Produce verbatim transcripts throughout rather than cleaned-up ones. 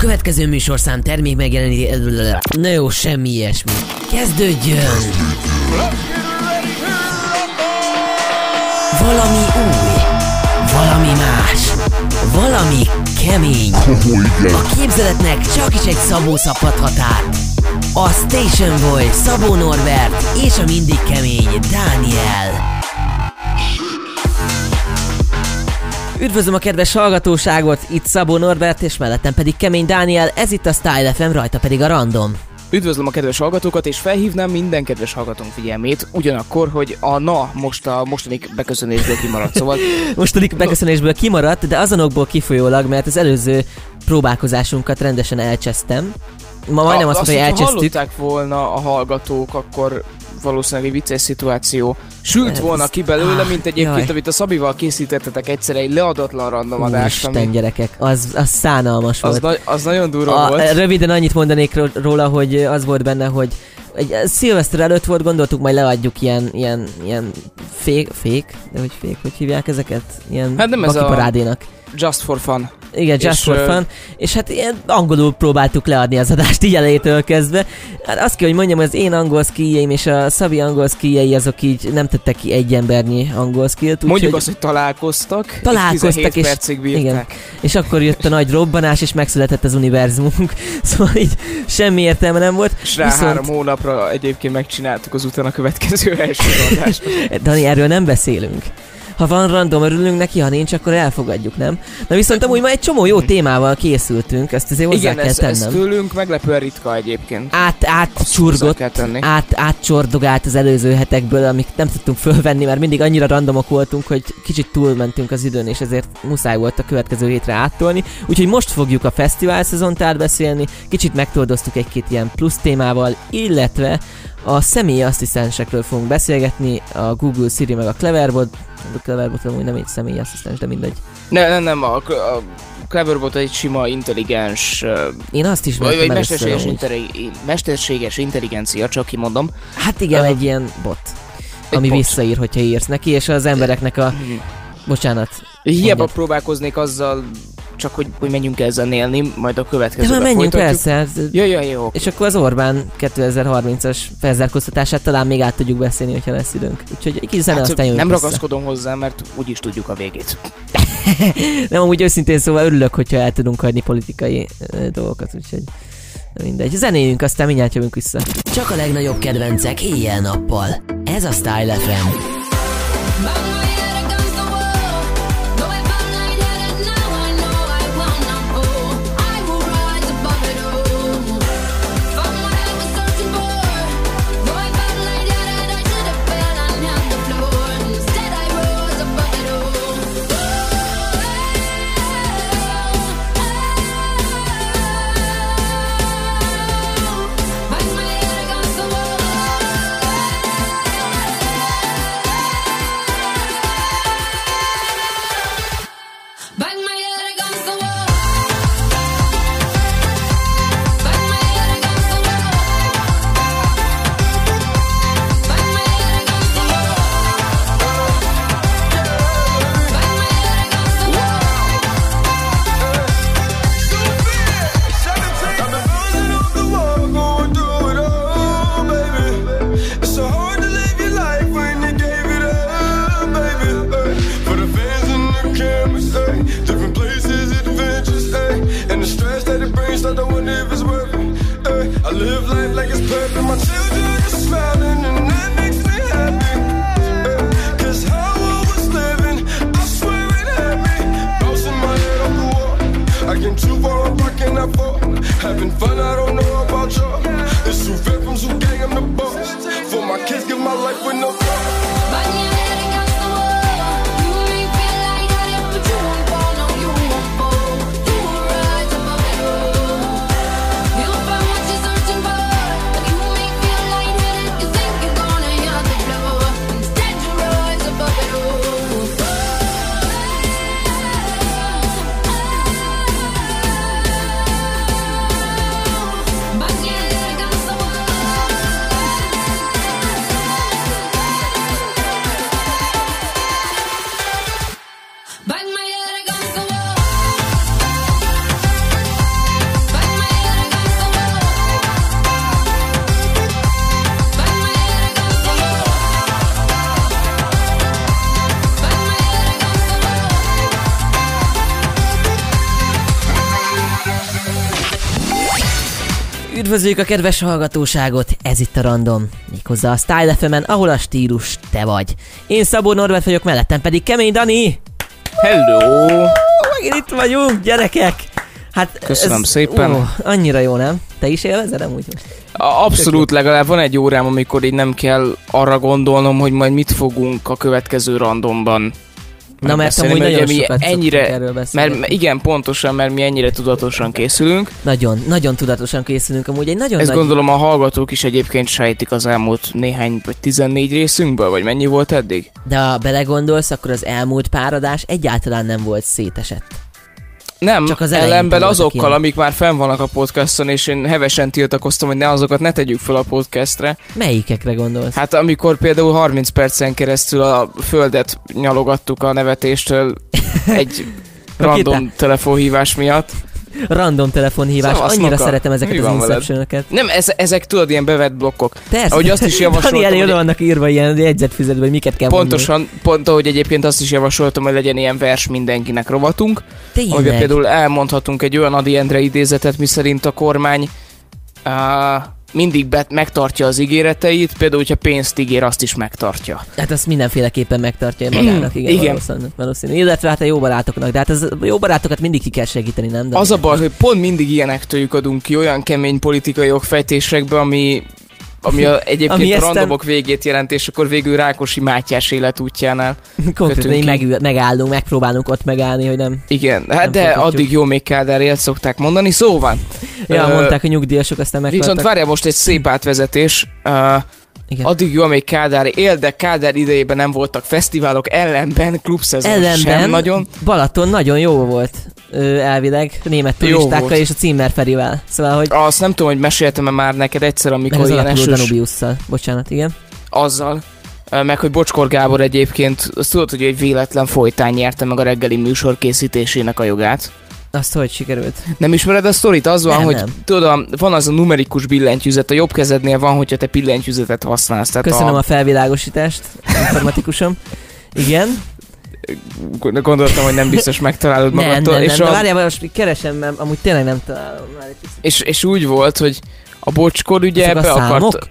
következő műsorszám termék megjeleníti... Na jó, semmi ilyesmi. Kezdődjön! Valami új, valami más, valami kemény. A képzeletnek csak is egy Szabó szabhathat át. A Station Boy, Szabó Norbert és a mindig kemény Dániel. Üdvözlöm a kedves hallgatóságot, itt Szabó Norbert és mellettem pedig Kemény Dániel, ez itt a Style ef em, rajta pedig a Random. Üdvözlöm a kedves hallgatókat, és felhívnám minden kedves hallgatónk figyelmét, ugyanakkor, hogy a na most a mostani beköszönésből kimaradt, szóval... mostani beköszönésből kimaradt, de azonokból kifolyólag, mert az előző próbálkozásunkat rendesen elcsesztem. Ma majdnem azt mondta, hogy elcsesztük. Ha hallották volna a hallgatók, akkor valószínűleg egy vicces szituáció sült volna ki belőle, mint egyébként, jaj. Amit a Szabival készítettetek egyszer egy leadatlan random adást. Isten, ami... gyerekek, az, az szánalmas az volt. Na, az nagyon durva a, volt. Röviden annyit mondanék róla, hogy az volt benne, hogy egy szilveszter előtt volt, gondoltuk, majd leadjuk ilyen, ilyen, ilyen fék, fék, de hogy fék, hogy hívják ezeket? Ilyen hát nem ez bakiparádénak. Just for fun. Igen, Just és for fun. Uh... És hát ilyen angolul próbáltuk leadni az adást így elejétől kezdve. Hát azt kell, hogy mondjam, hogy az én angol skilljeim és a Szabi angol skilljei azok így nem tettek ki egy embernyi angol skillt. Mondjuk hogy azt, hogy találkoztak, találkoztak, és, percig bírták. Igen, és akkor jött a nagy robbanás, és megszületett az univerzumunk. Szóval így semmi értelme nem volt. És rá Viszont... három hónapra egyébként megcsináltuk az utána következő első adást. Dani, erről nem beszélünk. Ha van random, örülünk neki, ha nincs, akkor elfogadjuk, nem? Na viszont amúgy már egy csomó jó témával készültünk, ezt azért hozzá igen, kell ez, tennem. Igen, ez tőlünk meglepően ritka egyébként. Át, átcsurgott, át, átcsordogált az előző hetekből, amik nem tudtunk fölvenni, mert mindig annyira randomok voltunk, hogy kicsit túlmentünk az időn, és ezért muszáj volt a következő hétre áttolni. Úgyhogy most fogjuk a fesztivál szezont átbeszélni, kicsit megtoldoztuk egy-két ilyen plusz témával, illetve a személyi asszisztensekről fogunk beszélgetni, a Google, Siri meg a Cleverbot. A Cleverbot amúgy nem egy személyi asszisztens, de mindegy. Ne, nem, nem, a, a Cleverbot egy sima intelligens... Uh, Én azt is vagy mesterséges, interi- mesterséges intelligencia, csak kimondom. Hát igen, uh, egy ilyen bot, egy ami bot. Visszaír, hogyha írsz neki, és az embereknek a... Bocsánat. Hiába mondjad. Próbálkoznék azzal, csak hogy, hogy menjünk ezzel élni, majd a következőben folytatjuk. De már menjünk persze. Ja, ja, jó. És akkor az Orbán kétezer-harmincas felzárkóztatását talán még át tudjuk beszélni, hogyha lesz időnk. Úgyhogy egy kis zene, hát, aztán jövünk nem vissza. ragaszkodom hozzá, mert úgyis tudjuk a végét. Nem, amúgy őszintén szóval örülök, hogyha el tudunk hagyni politikai uh, dolgokat, úgyhogy mindegy. Zenéljünk, aztán mindjárt jövünk vissza. Csak a legnagyobb kedvencek éjjel-nappal. Ez a Style ef em. Yeah. Üdvözlőjük a kedves hallgatóságot, ez itt a Random, méghozzá a Style ef emen, ahol a stílus te vagy. Én Szabó Norbert vagyok, mellettem pedig Kemény Dani. Hello! Megint itt vagyunk, gyerekek! Hát köszönöm ez, szépen. Ó, annyira jó, nem? Te is élvezed amúgy most? Abszolút, legalább van egy órám, amikor így nem kell arra gondolnom, hogy majd mit fogunk a következő randomban. Na mert amúgy nagyon mi sokat ennyire, erről beszélni. Mert igen, pontosan, mert mi ennyire tudatosan készülünk. Nagyon, nagyon tudatosan készülünk amúgy egy nagyon Ezt nagy... gondolom a hallgatók is egyébként sejtik az elmúlt néhány vagy tizennégy részünkből, vagy mennyi volt eddig? De ha belegondolsz, akkor az elmúlt pár adás egyáltalán nem volt szétesett. Nem, csak az ellenben azokkal, ilyen. Amik már fenn vannak a podcaston, és én hevesen tiltakoztam, hogy ne azokat ne tegyük fel a podcastre. Melyikekre gondolsz? Hát amikor például harminc percen keresztül a földet nyalogattuk a nevetéstől egy random telefonhívás miatt. Random telefonhívás, szóval annyira maka. szeretem ezeket az Inception-öket. Nem, ez, ezek tudod ilyen bevett blokkok. Persze. Ahogy azt is javasoltam. Dani elé oda vannak írva ilyen jegyzetfüzetben, hogy miket kell pontosan, mondani. Pont ahogy egyébként azt is javasoltam, hogy legyen ilyen vers mindenkinek rovatunk. Tényleg. Amiben például elmondhatunk egy olyan Ady Endre idézetet, miszerint a kormány uh, mindig bet, megtartja az ígéreteit, például, hogyha pénzt ígér, azt is megtartja. Hát azt mindenféleképpen megtartja magának, igen, igen. Valószínű, valószínű. Illetve hát a jó barátoknak, de hát az, a jó barátokat mindig ki kell segíteni, nem? De az a baj, hogy pont mindig ilyenektől lyukadunk ki olyan kemény politikai jogfejtésekbe, ami, ami a, egyébként ami a randomok aztán... végét jelent, és akkor végül Rákosi Mátyás életútjánál konkrétan meg, megállunk, megpróbálunk ott megállni, hogy nem. Igen, hát nem de folytatjuk. Addig jó még Kádár élt, szokták mondani, szóval. Ja, uh, mondták, hogy nyugdíjasok aztán meghaltak. Viszont várjál most egy szép átvezetés. Uh, Igen. Addig jó, amíg Kádár él, de Kádár idejében nem voltak fesztiválok, ellenben klubszezon ellenben sem nagyon. Balaton nagyon jó volt, ö, elvileg, német turistákkal és a Cimmer Ferivel. Szóval, hogy... Azt nem tudom, hogy meséltem-e már neked egyszer, amikor meg az ilyen esős... Danubiusszal, bocsánat, igen. Azzal. Meg hogy Bocskor Gábor egyébként, azt tudod, hogy egy véletlen folytán nyerte meg a reggeli műsor készítésének a jogát. Azt hogy sikerült? Nem ismered a sztorit? Az van, nem, hogy nem. tudod, van az a numerikus billentyűzet, a jobb kezednél van, hogyha te billentyűzetet használsz. Köszönöm a... a felvilágosítást, informatikusan. Igen. Gondoltam, hogy nem biztos megtalálod magadtól. Nem, nem, és nem, a... de várjál, most keresem, mert amúgy tényleg nem találom már egy kicsit. És, és úgy volt, hogy a Bocskor ugye ebbe akart...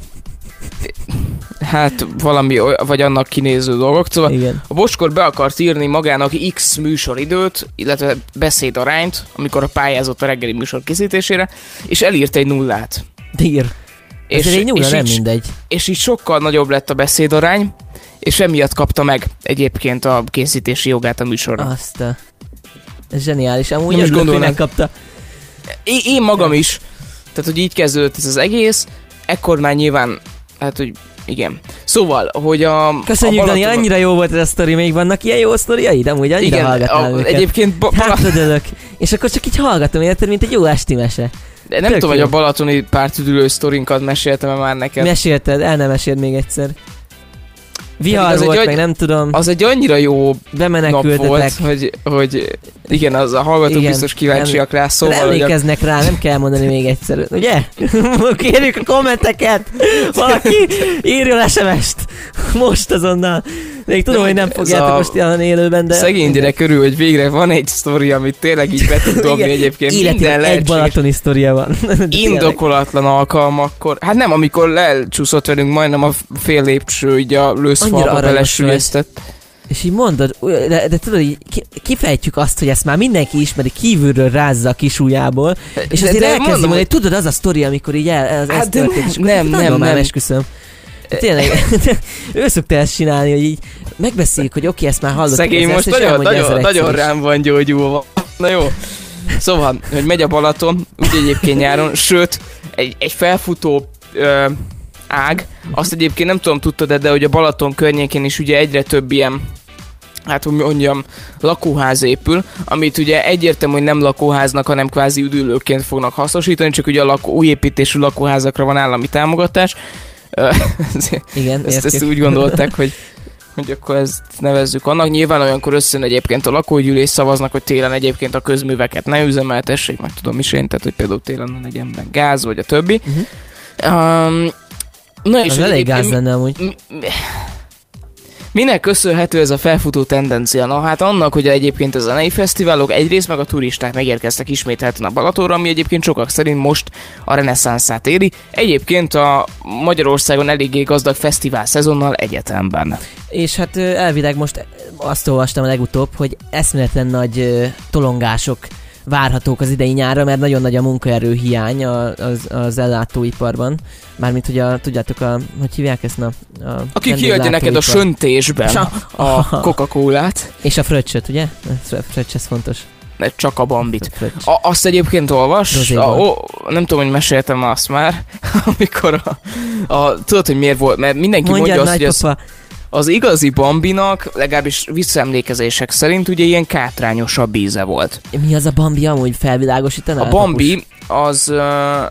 Hát valami, vagy annak kinéző dolgok. Szóval igen. A Bocskor be akart írni magának X műsoridőt, illetve beszédarányt, amikor a pályázott a reggeli műsor készítésére, és elírt egy nullát. Dír. És, egy nulla, és nem így, mindegy. És így sokkal nagyobb lett a beszédarány, és emiatt kapta meg egyébként a készítési jogát a műsorra. Azt a... Ez zseniális. Amúgy nem is gondolom, megkapta. Én, én magam is. Tehát, hogy így kezdődött ez az egész. Ekkor már nyilván, hát, hogy igen. Szóval, hogy a... Köszönjük, a Balaton... Dani, annyira jó volt ez a sztori, még vannak ilyen jó sztoriaid? Amúgy annyira igen, hallgatnám a, őket. Egyébként... Ba- Hátradőlök. És akkor csak így hallgatom, érted, mint egy jó esti mese. De nem Tök tudom, jó. Hogy a balatoni pártüdülő sztorinkat meséltem már neked. Mesélted, el nem meséld még egyszer. Vihar volt, egy, meg nem tudom. Az egy annyira jó nap volt, hogy, hogy igen, az a hallgatók igen, biztos kíváncsiak rá, szóval... Emlékeznek a... rá, nem kell mondani még egyszer, ugye? Kérjük a kommenteket! Valaki írjon es em est! Most azonnal! Még tudom, de hogy nem fogjátok a... most jelen élőben, de... Szegény gyerek körül, hogy végre van egy sztori, amit tényleg így be tud dobni egyébként. Életében egy balatoni sztoria van. Indokolatlan alkalmakkor. Hát nem, amikor lecsúszott velünk majdnem a fél lépcső, így a lőszfalba belesüllyesztett. És így mondod, de, de tudod, így kifejtjük azt, hogy ezt már mindenki ismeri, kívülről rázza a kis ujjából, és azért elkezdi mondani, hogy tudod, az a sztori, amikor így el, ez, hát ez történt, és nem, nem, nem, nem. Esküszöm. Tényleg, ő szokta ezt csinálni, hogy így megbeszéljük, hogy oké, ezt már hallottuk. Szegény most ezt, nagyon, nagyon, nagyon rám van gyógyulva. Na jó. Szóval, hogy megy a Balaton, úgy egyébként nyáron, sőt, egy, egy felfutó ö, ág, azt egyébként nem tudom, tudtad, de hogy a Balaton környékén is ugye egyre több ilyen, hát hogy mondjam, lakóház épül, amit ugye egyértelmű, hogy nem lakóháznak, hanem kvázi üdülőként fognak hasznosítani, csak ugye a lakó, új építésű lakóházakra van állami támogatás. Igen, ezt, ezt úgy gondolták, hogy, hogy akkor ezt nevezzük annak. Nyilván olyankor összön egyébként a lakógyűlés szavaznak, hogy télen egyébként a közműveket ne üzemeltessék, meg tudom is én, tehát hogy például télen ne legyen benne gáz, vagy a többi. Uh-huh. Um, na és az elég gáz lenne amúgy. Minek köszönhető ez a felfutó tendencia? Na hát annak, hogy egyébként a zenei fesztiválok egyrészt meg a turisták megérkeztek ismételten a Balatonra, ami egyébként sokak szerint most a reneszánszát éri. Egyébként a Magyarországon eléggé gazdag fesztivál szezonnal egyetemben. És hát elvileg most azt olvastam a legutóbb, hogy eszméletlen nagy tolongások várhatók az idei nyárra, mert nagyon nagy a munkaerő hiány az, az ellátóiparban. Mármint, hogy a, tudjátok, a, hogy hívják ezt? Na, a Aki kiadja neked a söntésben a, a Coca-Colát. És a fröccsöt, ugye? A fröccs, ez fontos. Csak a Bambit. A, azt egyébként olvas, a, ó, nem tudom, hogy meséltem azt már, amikor a, a, tudod, hogy miért volt, mert mindenki Mondjad, mondja azt, nagypapa. hogy az, az igazi Bambinak, legalábbis visszaemlékezések szerint ugye ilyen kátrányosabb íze volt. Mi az a Bambi, amúgy felvilágosítaná? A Bambi az, uh,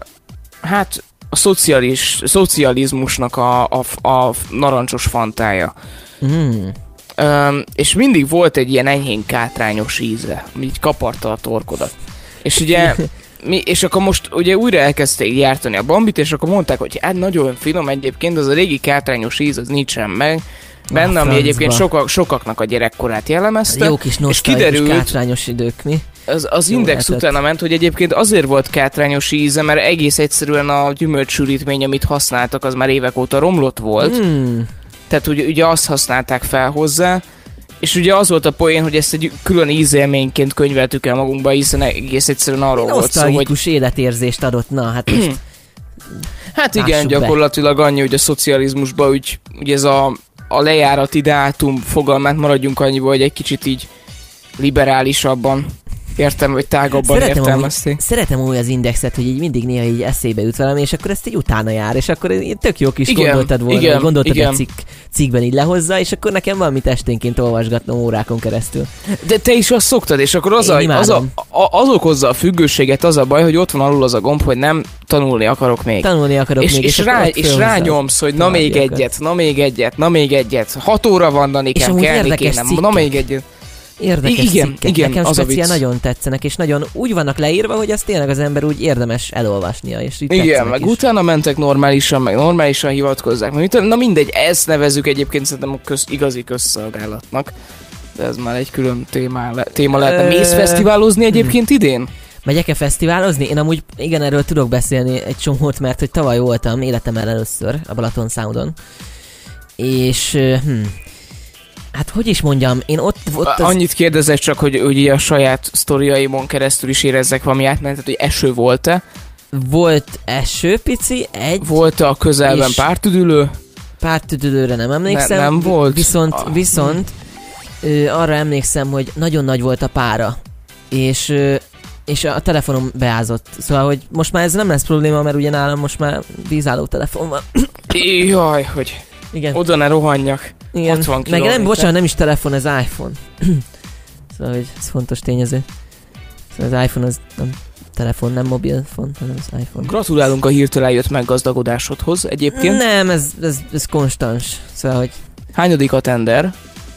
hát a szocialis, szocializmusnak a, a, a narancsos fantája. Mm. Um, és mindig volt egy ilyen enyhén kátrányos íze, ami így kaparta a torkodat. És ugye, mi, és akkor most ugye újra elkezdték gyártani a Bambit, és akkor mondták, hogy hát nagyon finom egyébként, az a régi kátrányos íz, az nincsen meg benne, ami egyébként sokak, sokaknak a gyerekkorát jellemezte. Jó kis nosztalgikus kátrányos idők, mi? Az, az Index lehetett. Utána ment, hogy egyébként azért volt kátrányos íze, mert egész egyszerűen a gyümölcssűrítmény, amit használtak, az már évek óta romlott volt. Mm. Tehát ugye, ugye azt használták fel hozzá, és ugye az volt a poén, hogy ezt egy külön ízélményként könyveltük el magunkba, hiszen egész egyszerűen arról volt szó, hogy... Nosztalgikus életérzést adott, na hát most... Hát igen, gyakorlatilag be. Annyi, hogy a szocializmusban úgy, ugye ez a, a lejárati dátum fogalmát maradjunk annyiba, hogy egy kicsit így liberálisabban értem, vagy tágabban szeretem értelmezték. Amúgy, szeretem úgy az Indexet, hogy így mindig néha így eszébe jut valami, és akkor ezt így utána jár, és akkor tök jó kis igen, gondoltad volna, igen, gondoltad igen. Egy cikk, cikkben így lehozza, és akkor nekem valamit esténként olvasgatnom órákon keresztül. De te is azt szoktad, és akkor az, a, az, a, a, az okozza a függőséget, az a baj, hogy ott van alul az a gomb, hogy nem tanulni akarok még. Tanulni akarok és, még. És, és, rá, és rányomsz, hogy na még egyet, na még egyet, na még egyet, hat óra van, na nekem kelni kéne, na még egyet. Érdekes igen, cikkek. Igen, nekem speciál nagyon tetszenek, és nagyon úgy vannak leírva, hogy azt tényleg az ember úgy érdemes elolvasnia, és így igen, meg is. utána mentek normálisan, meg normálisan hivatkozzák. Na mindegy, ezt nevezzük egyébként szerintem a köz, igazi közszolgálatnak. De ez már egy külön téma, le, téma lehetne. Mész fesztiválozni egyébként idén? Megyek-e fesztiválozni? Én amúgy igen, erről tudok beszélni egy csomót, mert hogy tavaly voltam életemben először a Balaton Soundon. És... Hm, hát hogy is mondjam, én ott... ott az... Annyit kérdezek csak, hogy ugye a saját sztoriaimon keresztül is érezzek valami átmenetet, hogy eső volt-e? Volt eső pici, egy... Volt-e a közelben pártüdülő? Pártüdülőre nem emlékszem. Ne, nem volt? Viszont, ah. viszont ö, arra emlékszem, hogy nagyon nagy volt a pára. És... Ö, és a telefonom beázott. Szóval, hogy most már ez nem lesz probléma, mert ugye nálam most már vízálló telefon van. Jaj, hogy... Igen. Oda ne rohanjak. Igen. hatvan kilométer. Meg nem, bocsánat, nem is telefon, ez iPhone. Szóval, hogy ez fontos tényező. Szóval az iPhone az nem telefon, nem mobilfon, hanem az iPhone. Gratulálunk a hirtelen eljött meggazdagodásodhoz egyébként. Nem, ez, ez, ez konstans. Szóval, hogy... Hányadik a tender?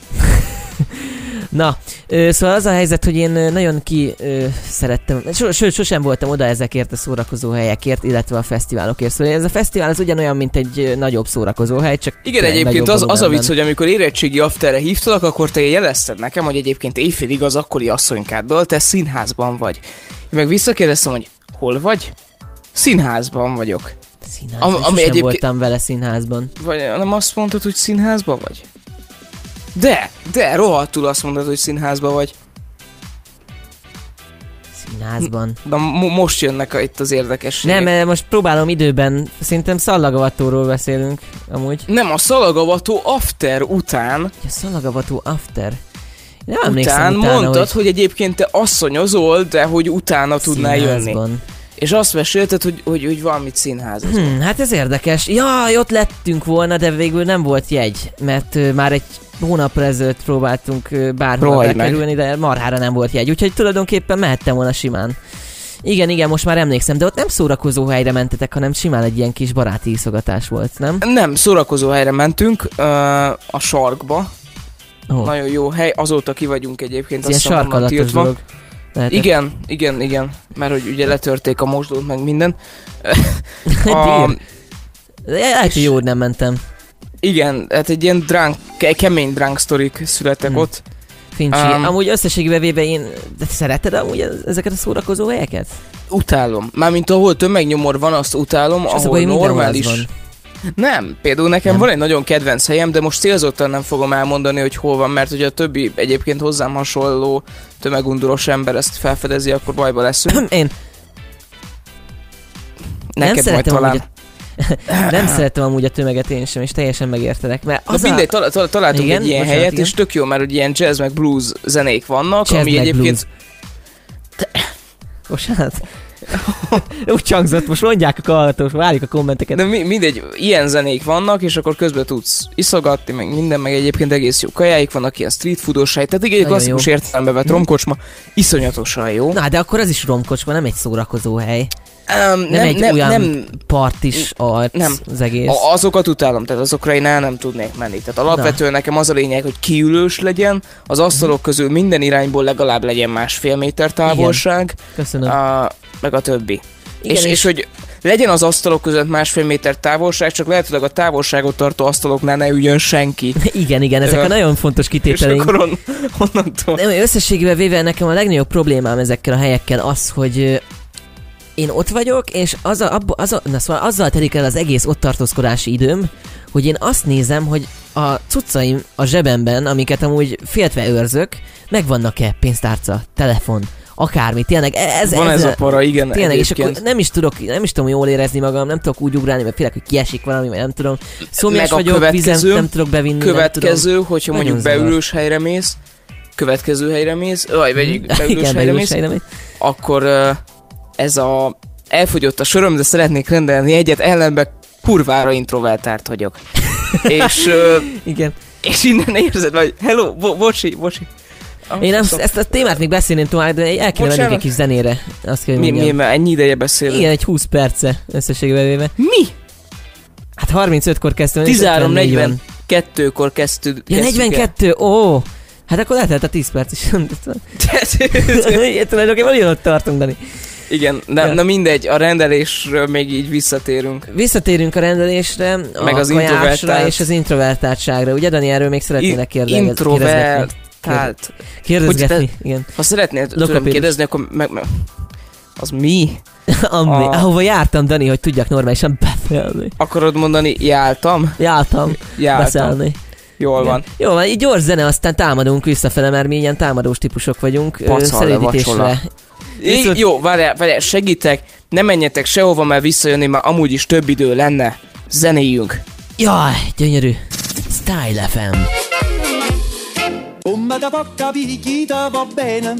Na, ö, szóval az a helyzet, hogy én nagyon ki ö, szerettem, sőt, so, sosem voltam oda ezekért a szórakozó helyekért, illetve a fesztiválokért. Szóval ez a fesztivál az ugyanolyan, mint egy nagyobb szórakozó hely, csak... Igen, egyébként az, az a vicc, hogy amikor érettségi afterre hívtalak, akkor te jelezted nekem, hogy egyébként éjfélig az akkori asszonykáddal te színházban vagy. Én meg visszakérdeztem, hogy hol vagy? Színházban vagyok. Színházban? Am, ami egyébként... voltam vele színházban. Vagy nem azt mondtad, hogy színházban vagy? De, de, rohadtul azt mondod, hogy színházban vagy. Színházban. Na mo- most jönnek a, itt az érdekességek. Nem, most próbálom időben, szerintem Szallagavattóról beszélünk, amúgy. Nem, a Szallagavató after után. A Szallagavató after. Nem után utána, mondtad, hogy... hogy egyébként te asszonyozol, de hogy utána tudnál jönni. És azt mesélted, hogy, hogy, hogy valamit színházazol. Hmm, hát ez érdekes. Jaj, ott lettünk volna, de végül nem volt jegy, mert uh, már egy hónapra ezelőtt próbáltunk uh, bárhol bekerülni, de marhára nem volt jegy, úgyhogy tulajdonképpen mehettem volna simán. Igen, igen, most már emlékszem, de ott nem szórakozó helyre mentetek, hanem simán egy ilyen kis baráti iszogatás volt, nem? Nem, szórakozó helyre mentünk, uh, a sarkba. Oh. Nagyon jó hely, azóta ki vagyunk egyébként. Ez ilyen sarkalatos dolog. Lehetett. Igen, igen, igen, mert hogy ugye letörték a mosdót, meg minden. a... Lehet, hogy jó, hogy nem mentem. Igen, hát egy ilyen drunk, kemény drunk sztorik születtek hmm. ott. Fincsi, um, amúgy összességében véve én... De szereted amúgy ezeket a szórakozó helyeket? Utálom. Mármint ahol tömegnyomor van, azt utálom, és ahol normális... Nem, például nekem nem. Van egy nagyon kedvenc helyem, de most célzottan nem fogom elmondani, hogy hol van, mert hogyha a többi egyébként hozzám hasonló tömegunduros ember ezt felfedezi, akkor bajba leszünk. Én... Neked nem majd talán... nem szeretem amúgy a tömeget én sem, és teljesen megértelek, mert az Na mindegy, tal- tal- találtunk igen, egy ilyen bocsánat, helyet, igen. és tök jó, mert ugye ilyen jazz meg blues zenék vannak, jazz ami egyébként... Bocsánat. Úgy hangzott, most mondják a hallgatók, várjuk a kommenteket. De mi, mindegy, ilyen zenék vannak, és akkor közben tudsz iszogatni, meg minden, meg egyébként egész jó kajáik vannak, ilyen street foodos hely, tehát egy klasszikus értelembe vett romkocsma, iszonyatosan jó. Na, de akkor az is romkocsma, nem egy szórakozó hely. Um, nem, nem egy nem, olyan nem, partis arc nem. Az egész. A, azokat utálom, tehát azokra én el nem tudnék menni. Tehát alapvetően Na. nekem az a lényeg, hogy kiülős legyen, az asztalok közül minden irányból legalább legyen másfél méter távolság. Igen. Köszönöm. A, meg a többi. Igen, és, és, és hogy legyen az asztalok között másfél méter távolság, csak lehetőleg a távolságot tartó asztaloknál ne üljön senki. Igen, igen, ezek a nagyon fontos kitételeink. És akkor on, onnantól... Nem, összességében véve nekem a legnagyobb problémám ezekkel a helyekkel az, hogy én ott vagyok, és az a, abba, az a, na szóval azzal telik el az egész ott tartózkodási időm, hogy én azt nézem, hogy a cuccaim a zsebemben, amiket amúgy féltve őrzök, megvannak-e pénztárca, telefon, akármi, tényleg ez... Van ez, ez a para, igen. Tényleg, és akkor nem is tudok, nem is tudom jól érezni magam, nem tudok úgy ugrálni, mert félek, hogy kiesik valami, vagy nem tudom. Szomjas vagyok, vizem nem tudok bevinni, következő, nem tudom. hogyha mondjuk beülős helyre mész, következő helyre mész, vagy beülős, igen, helyre, mész, helyre mész, akkor uh, ez a elfogyott a sorom, de szeretnék rendelni egyet, ellenben kurvára introvertált vagyok. és, uh, igen. és innen érzed, vagy hello, bo- bocsi, bocsi. Ah, Én ezt, ezt a témát még beszélném tovább, de el kéne mennünk egy kis zenére. Azt kell, mi, mi, mert ennyi ideje beszélünk. Igen, egy húsz perce összességében véve. Mi? Hát harmincötkor kezdtünk. tizenhárom negyvenkettőkor kezdtük. Ja, negyvenkettő? Ó! Oh. Hát akkor letelt a tíz perc is. Tulajdonképpen olyan ott tartunk, Dani. Igen, de ja. Na mindegy, a rendelésről még így visszatérünk. Visszatérünk a rendelésre, meg a az kajásra és az introvertáltságra. Ugye, Dani, erről még szeretnének kérdezni. Introvertált. Kérdezgetni, igen. Ha szeretnél tőlem kérdezni, akkor meg, meg... Az mi? Ami, a... ahova jártam, Dani, hogy tudjak normálisan beszélni. Akarod mondani, jártam? Jártam. Jártam. Beszélni. Jól igen. Van. Jól van, így gyors zene, aztán támadunk visszafele, mert mi ilyen támadós típusok vagyunk. Szerűdítésre. Viszont... Jó, várjál, várjál, segítek, ne menjetek sehova, mert visszajönni, már amúgy is több idő lenne. Zenéljünk. Jaj, gyönyörű. Style ef em. Come da poca picchita va bene,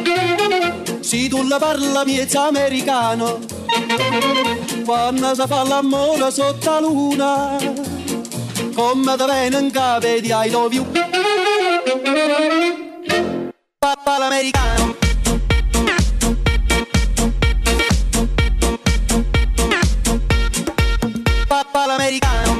si tu la parla miezza americano, quando si fa l'amore sotto la luna, come da bene in capo di I love you, papà l'americano. Papà l'americano.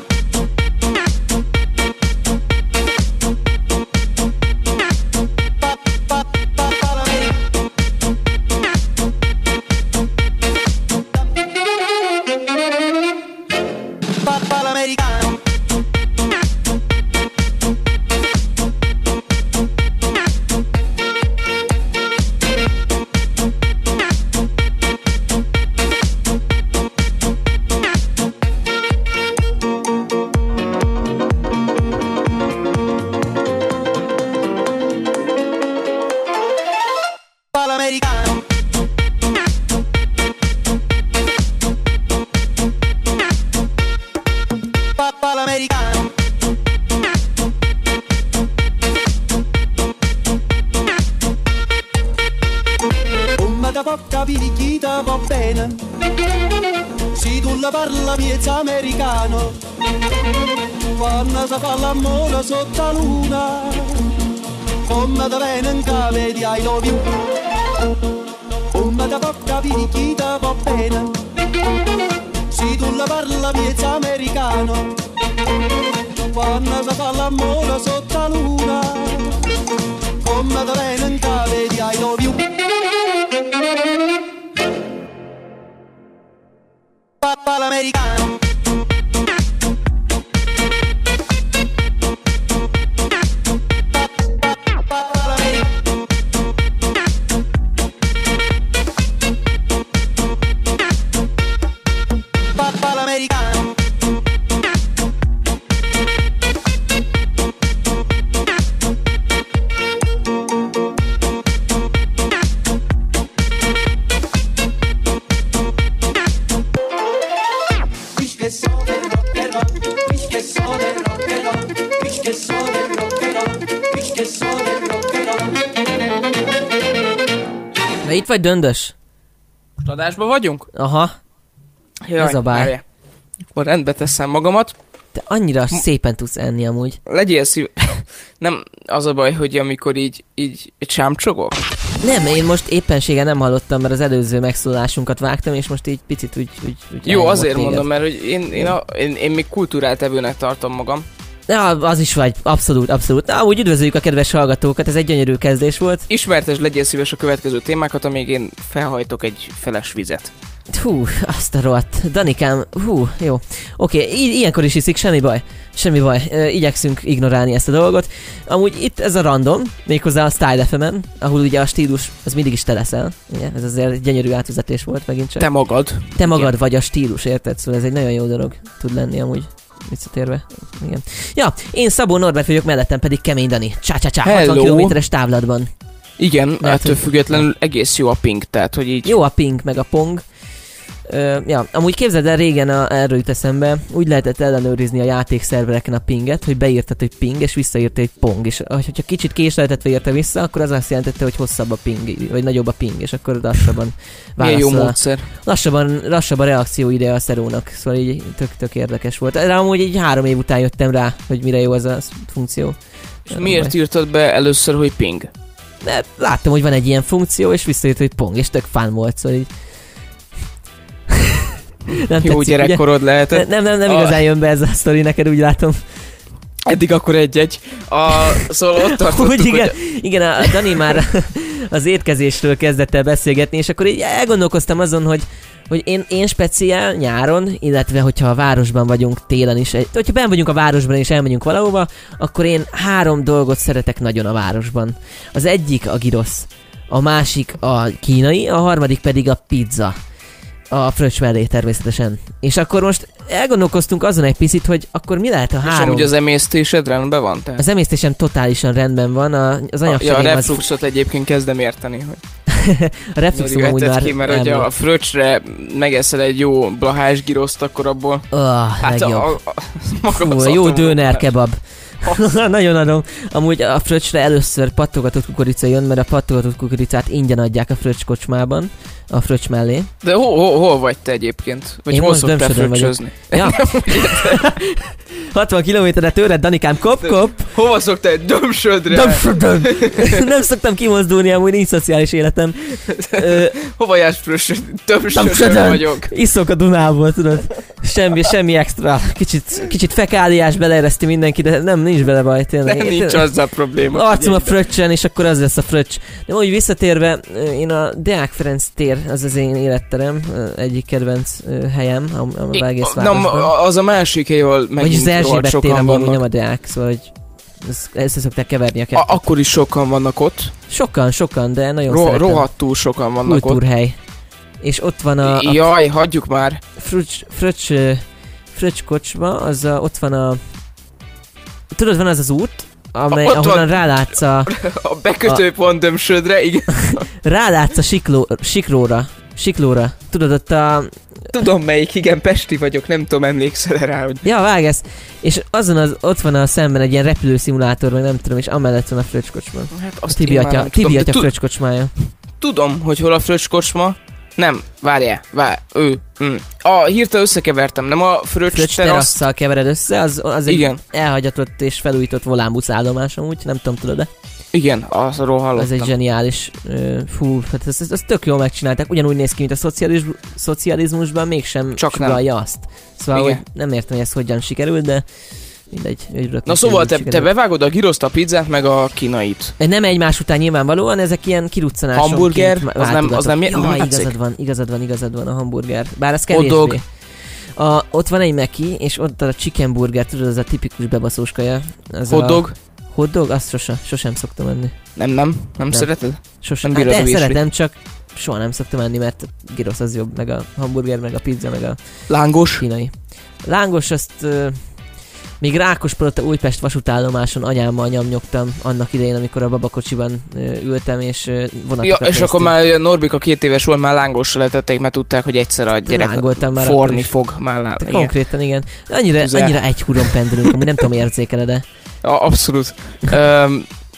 Va bene, si tu la parla miezza americano, quando si fa l'amore sotto la luna, come da bene in cave di I love you, come da bocca picchita va bene, si tu la parla miezza americano, quando si fa l'amore sotto la luna, come da bene in cave di I love you. Papà l'americano. itt vagy, Döndös? Most adásban vagyunk? Aha. Jaj, ez a bár. Várjál. Akkor rendbe teszem magamat. Te annyira szépen tudsz enni amúgy. Legyél szív... Nem az a baj, hogy amikor így, így csámcsogok? Nem, én most éppenséggel nem hallottam, mert az előző megszólásunkat vágtam, és most így picit úgy... úgy, úgy Jó, azért téged. Mondom, mert hogy én, én, a, én, én még kultúráltevőnek tartom magam. Ja, az is vagy, abszolút, abszolút. Na, úgy üdvözöljük a kedves hallgatókat, ez egy gyönyörű kezdés volt. Ismertes, legyél szíves a következő témákat, amíg én felhajtok egy feles vizet. Hú, azt a rohadt. Danikám, hú, jó. Oké, okay, ilyenkor is iszik, semmi baj. Semmi baj, e, igyekszünk ignorálni ezt a dolgot. Amúgy itt ez a random, méghozzá a Style ef em-en, ahol ugye a stílus, az mindig is te leszel. Ugye? Ez azért gyönyörű átvezetés volt megint csak. Te magad. Te magad igen. Vagy a stílus, érted? Szóval ez egy nagyon jó dolog tud lenni amúgy. Visszatérve. Igen. Ja, én Szabó Norbert vagyok, mellettem pedig Kemény Dani. Csá-csá-csá, hatvan kilométeres távlatban. Igen, ettől függetlenül egész jó a ping, tehát hogy így... Jó a ping, meg a pong. Uh, ja, amúgy képzeld el, régen a, erről jut eszembe, úgy lehetett ellenőrizni a játékszervereken a pinget, hogy beírtad, hogy ping, és visszaírta, hogy pong, és hogyha kicsit késleltetve írta vissza, akkor az azt jelentette, hogy hosszabb a ping, vagy nagyobb a ping, és akkor lassabban válaszol. Milyen jó módszer. Lassabban, lassabb a reakció ideje a szerónak, szóval így tök, tök érdekes volt. Rá amúgy így három év után jöttem rá, hogy mire jó az a funkció. És nem miért baj. Írtad be először, hogy ping? De láttam, hogy van egy ilyen funkció, és visszaírt, hogy pong, és tök fán volt, szóval így... Nem jó tetszik, gyerekkorod ugye? Lehetett. Nem, nem, nem a... igazán jön be ez a sztori neked, úgy látom. Eddig akkor egy-egy. A... Szóval ott tartottuk, úgy, igen, hogy... igen, a Dani már az étkezésről kezdett el beszélgetni, és akkor így elgondolkoztam azon, hogy, hogy én, én speciál nyáron, illetve hogyha a városban vagyunk télen is, hogyha benn vagyunk a városban és elmegyünk valahova, akkor én három dolgot szeretek nagyon a városban. Az egyik a gyrosz, a másik a kínai, a harmadik pedig a pizza. A fröccs mellé természetesen. És akkor most elgondolkoztunk azon egy picit, hogy akkor mi lehet a három... És amúgy az emésztésed rendben van? Tehát? Az emésztésem totálisan rendben van, a, az anyagságém az... Ja, a refluxot az... egyébként kezdem érteni, hogy... a refluxom amúgy már... Ki, mert hogy a fröccsre megeszel egy jó blahás giroszt, akkor abból... Oh, hát a, a, a, Fú, jó döner kebab. Nagyon adom. Amúgy a fröccsre először pattogatott kukorica jön, mert a pattogatott kukoricát ingyen adják a fröccs kocsmában, a fröccs mellé. De hol, hol, hol vagy te egyébként? Vagy én hol szoktál fröccsözni? Ja. hatvan kilométerre tőled, Danikám, kop, kop! Hova szoktál? Dömsödre? Dömsödön! Nem szoktam kimozdulni, amúgy nincs szociális életem. Hova jársz fröccsödni? Dömsödön vagyok. Iszok a Dunából, tudod? Semmi, semmi extra. Kicsit, kicsit fekáliás beleereszti mindenki, de nem, nincs bele baj, tényleg. Nem, nincs azzal probléma. Arcom a fröccsen, és akkor az lesz a fröccs. De úgy visszatérve, én a Deák Ferenc tér, az az én életterem, egyik kedvenc helyem, a egész városban. Nem, az a másik hely, ahol megint az Erzsébet téren van, nem a Deák, szóval hogy ezt szokták keverni a kettőt. Akkor is sokan vannak ott. Sokan, sokan, de nagyon Ro- szeretem. Rohadtul sokan vannak kultúrhely. Ott. És ott van a... a Jaj, hagyjuk már. Fröccs, fröccs, fröccs kocsma, az a, ott van a... Tudod, van az az út, amely, ahonnan van, rálátsz a... A bekötőpont Dömsödre, igen. Rálátsz a sikló, siklóra. Siklóra. Tudod, ott a... Tudom melyik, igen, pesti vagyok, nem tudom, emlékszel rá, hogy... Ja, vág ezt. És azon az, ott van a szemben egy ilyen repülőszimulátor, vagy nem tudom, és amellett van a fröccskocsma. Hát azt Tibi atya, Tibi atya fröccskocsmája. Tudom, hogy hol a fröccskocsma. Nem, várjál, várj, ő, mm. A hirtelen összekevertem, nem a fröccs, fröccs terasszal kevered össze, az, az egy igen. elhagyatott és felújított volánbusz állomás amúgy, nem tudom, tudod-e? Igen, azról hallottam. Ez egy zseniális, uh, fú, hát ez, ez, ez tök jól megcsinálták, ugyanúgy néz ki, mint a szocializ, szocializmusban, mégsem sugalja azt. Szóval, hogy nem értem, hogy ez hogyan sikerült, de mindegy. Na szóval te, te bevágod a giroszt, a pizzát, meg a kínait. Nem egymás után nyilvánvalóan, ezek ilyen kiruccanások. Hamburger? Az nem, az nem, ja, nem igazad van, igazad van, igazad van a hamburger. Bár az kevésbé. A, ott van egy Meki, és ott a chicken burger, tudod, az a tipikus bebaszós kaja. Hotdog? Hotdog? Azt sose, sosem szoktam enni. Nem, nem? Nem, nem. szereted? Sosem. Hát de szeretem, csak soha nem szoktam enni, mert a gyrosz az jobb, meg a hamburger, meg a pizza, meg a lángos kínai. Lángos, azt uh, még Rákospalota Újpest vasútállomáson anyámmal nyomnyogtam annak idején, amikor a babakocsiban uh, ültem, és uh, vonatokat ja, és néztünk. Akkor már Norbika két éves volt, már lángosra letették, mert tudták, hogy egyszer a gyerek forni fog. Már lá... igen. Konkrétan, igen. Annyira, annyira egy húron pendülünk, ami nem tudom, érzékeled-e. Ja, abszolút. um,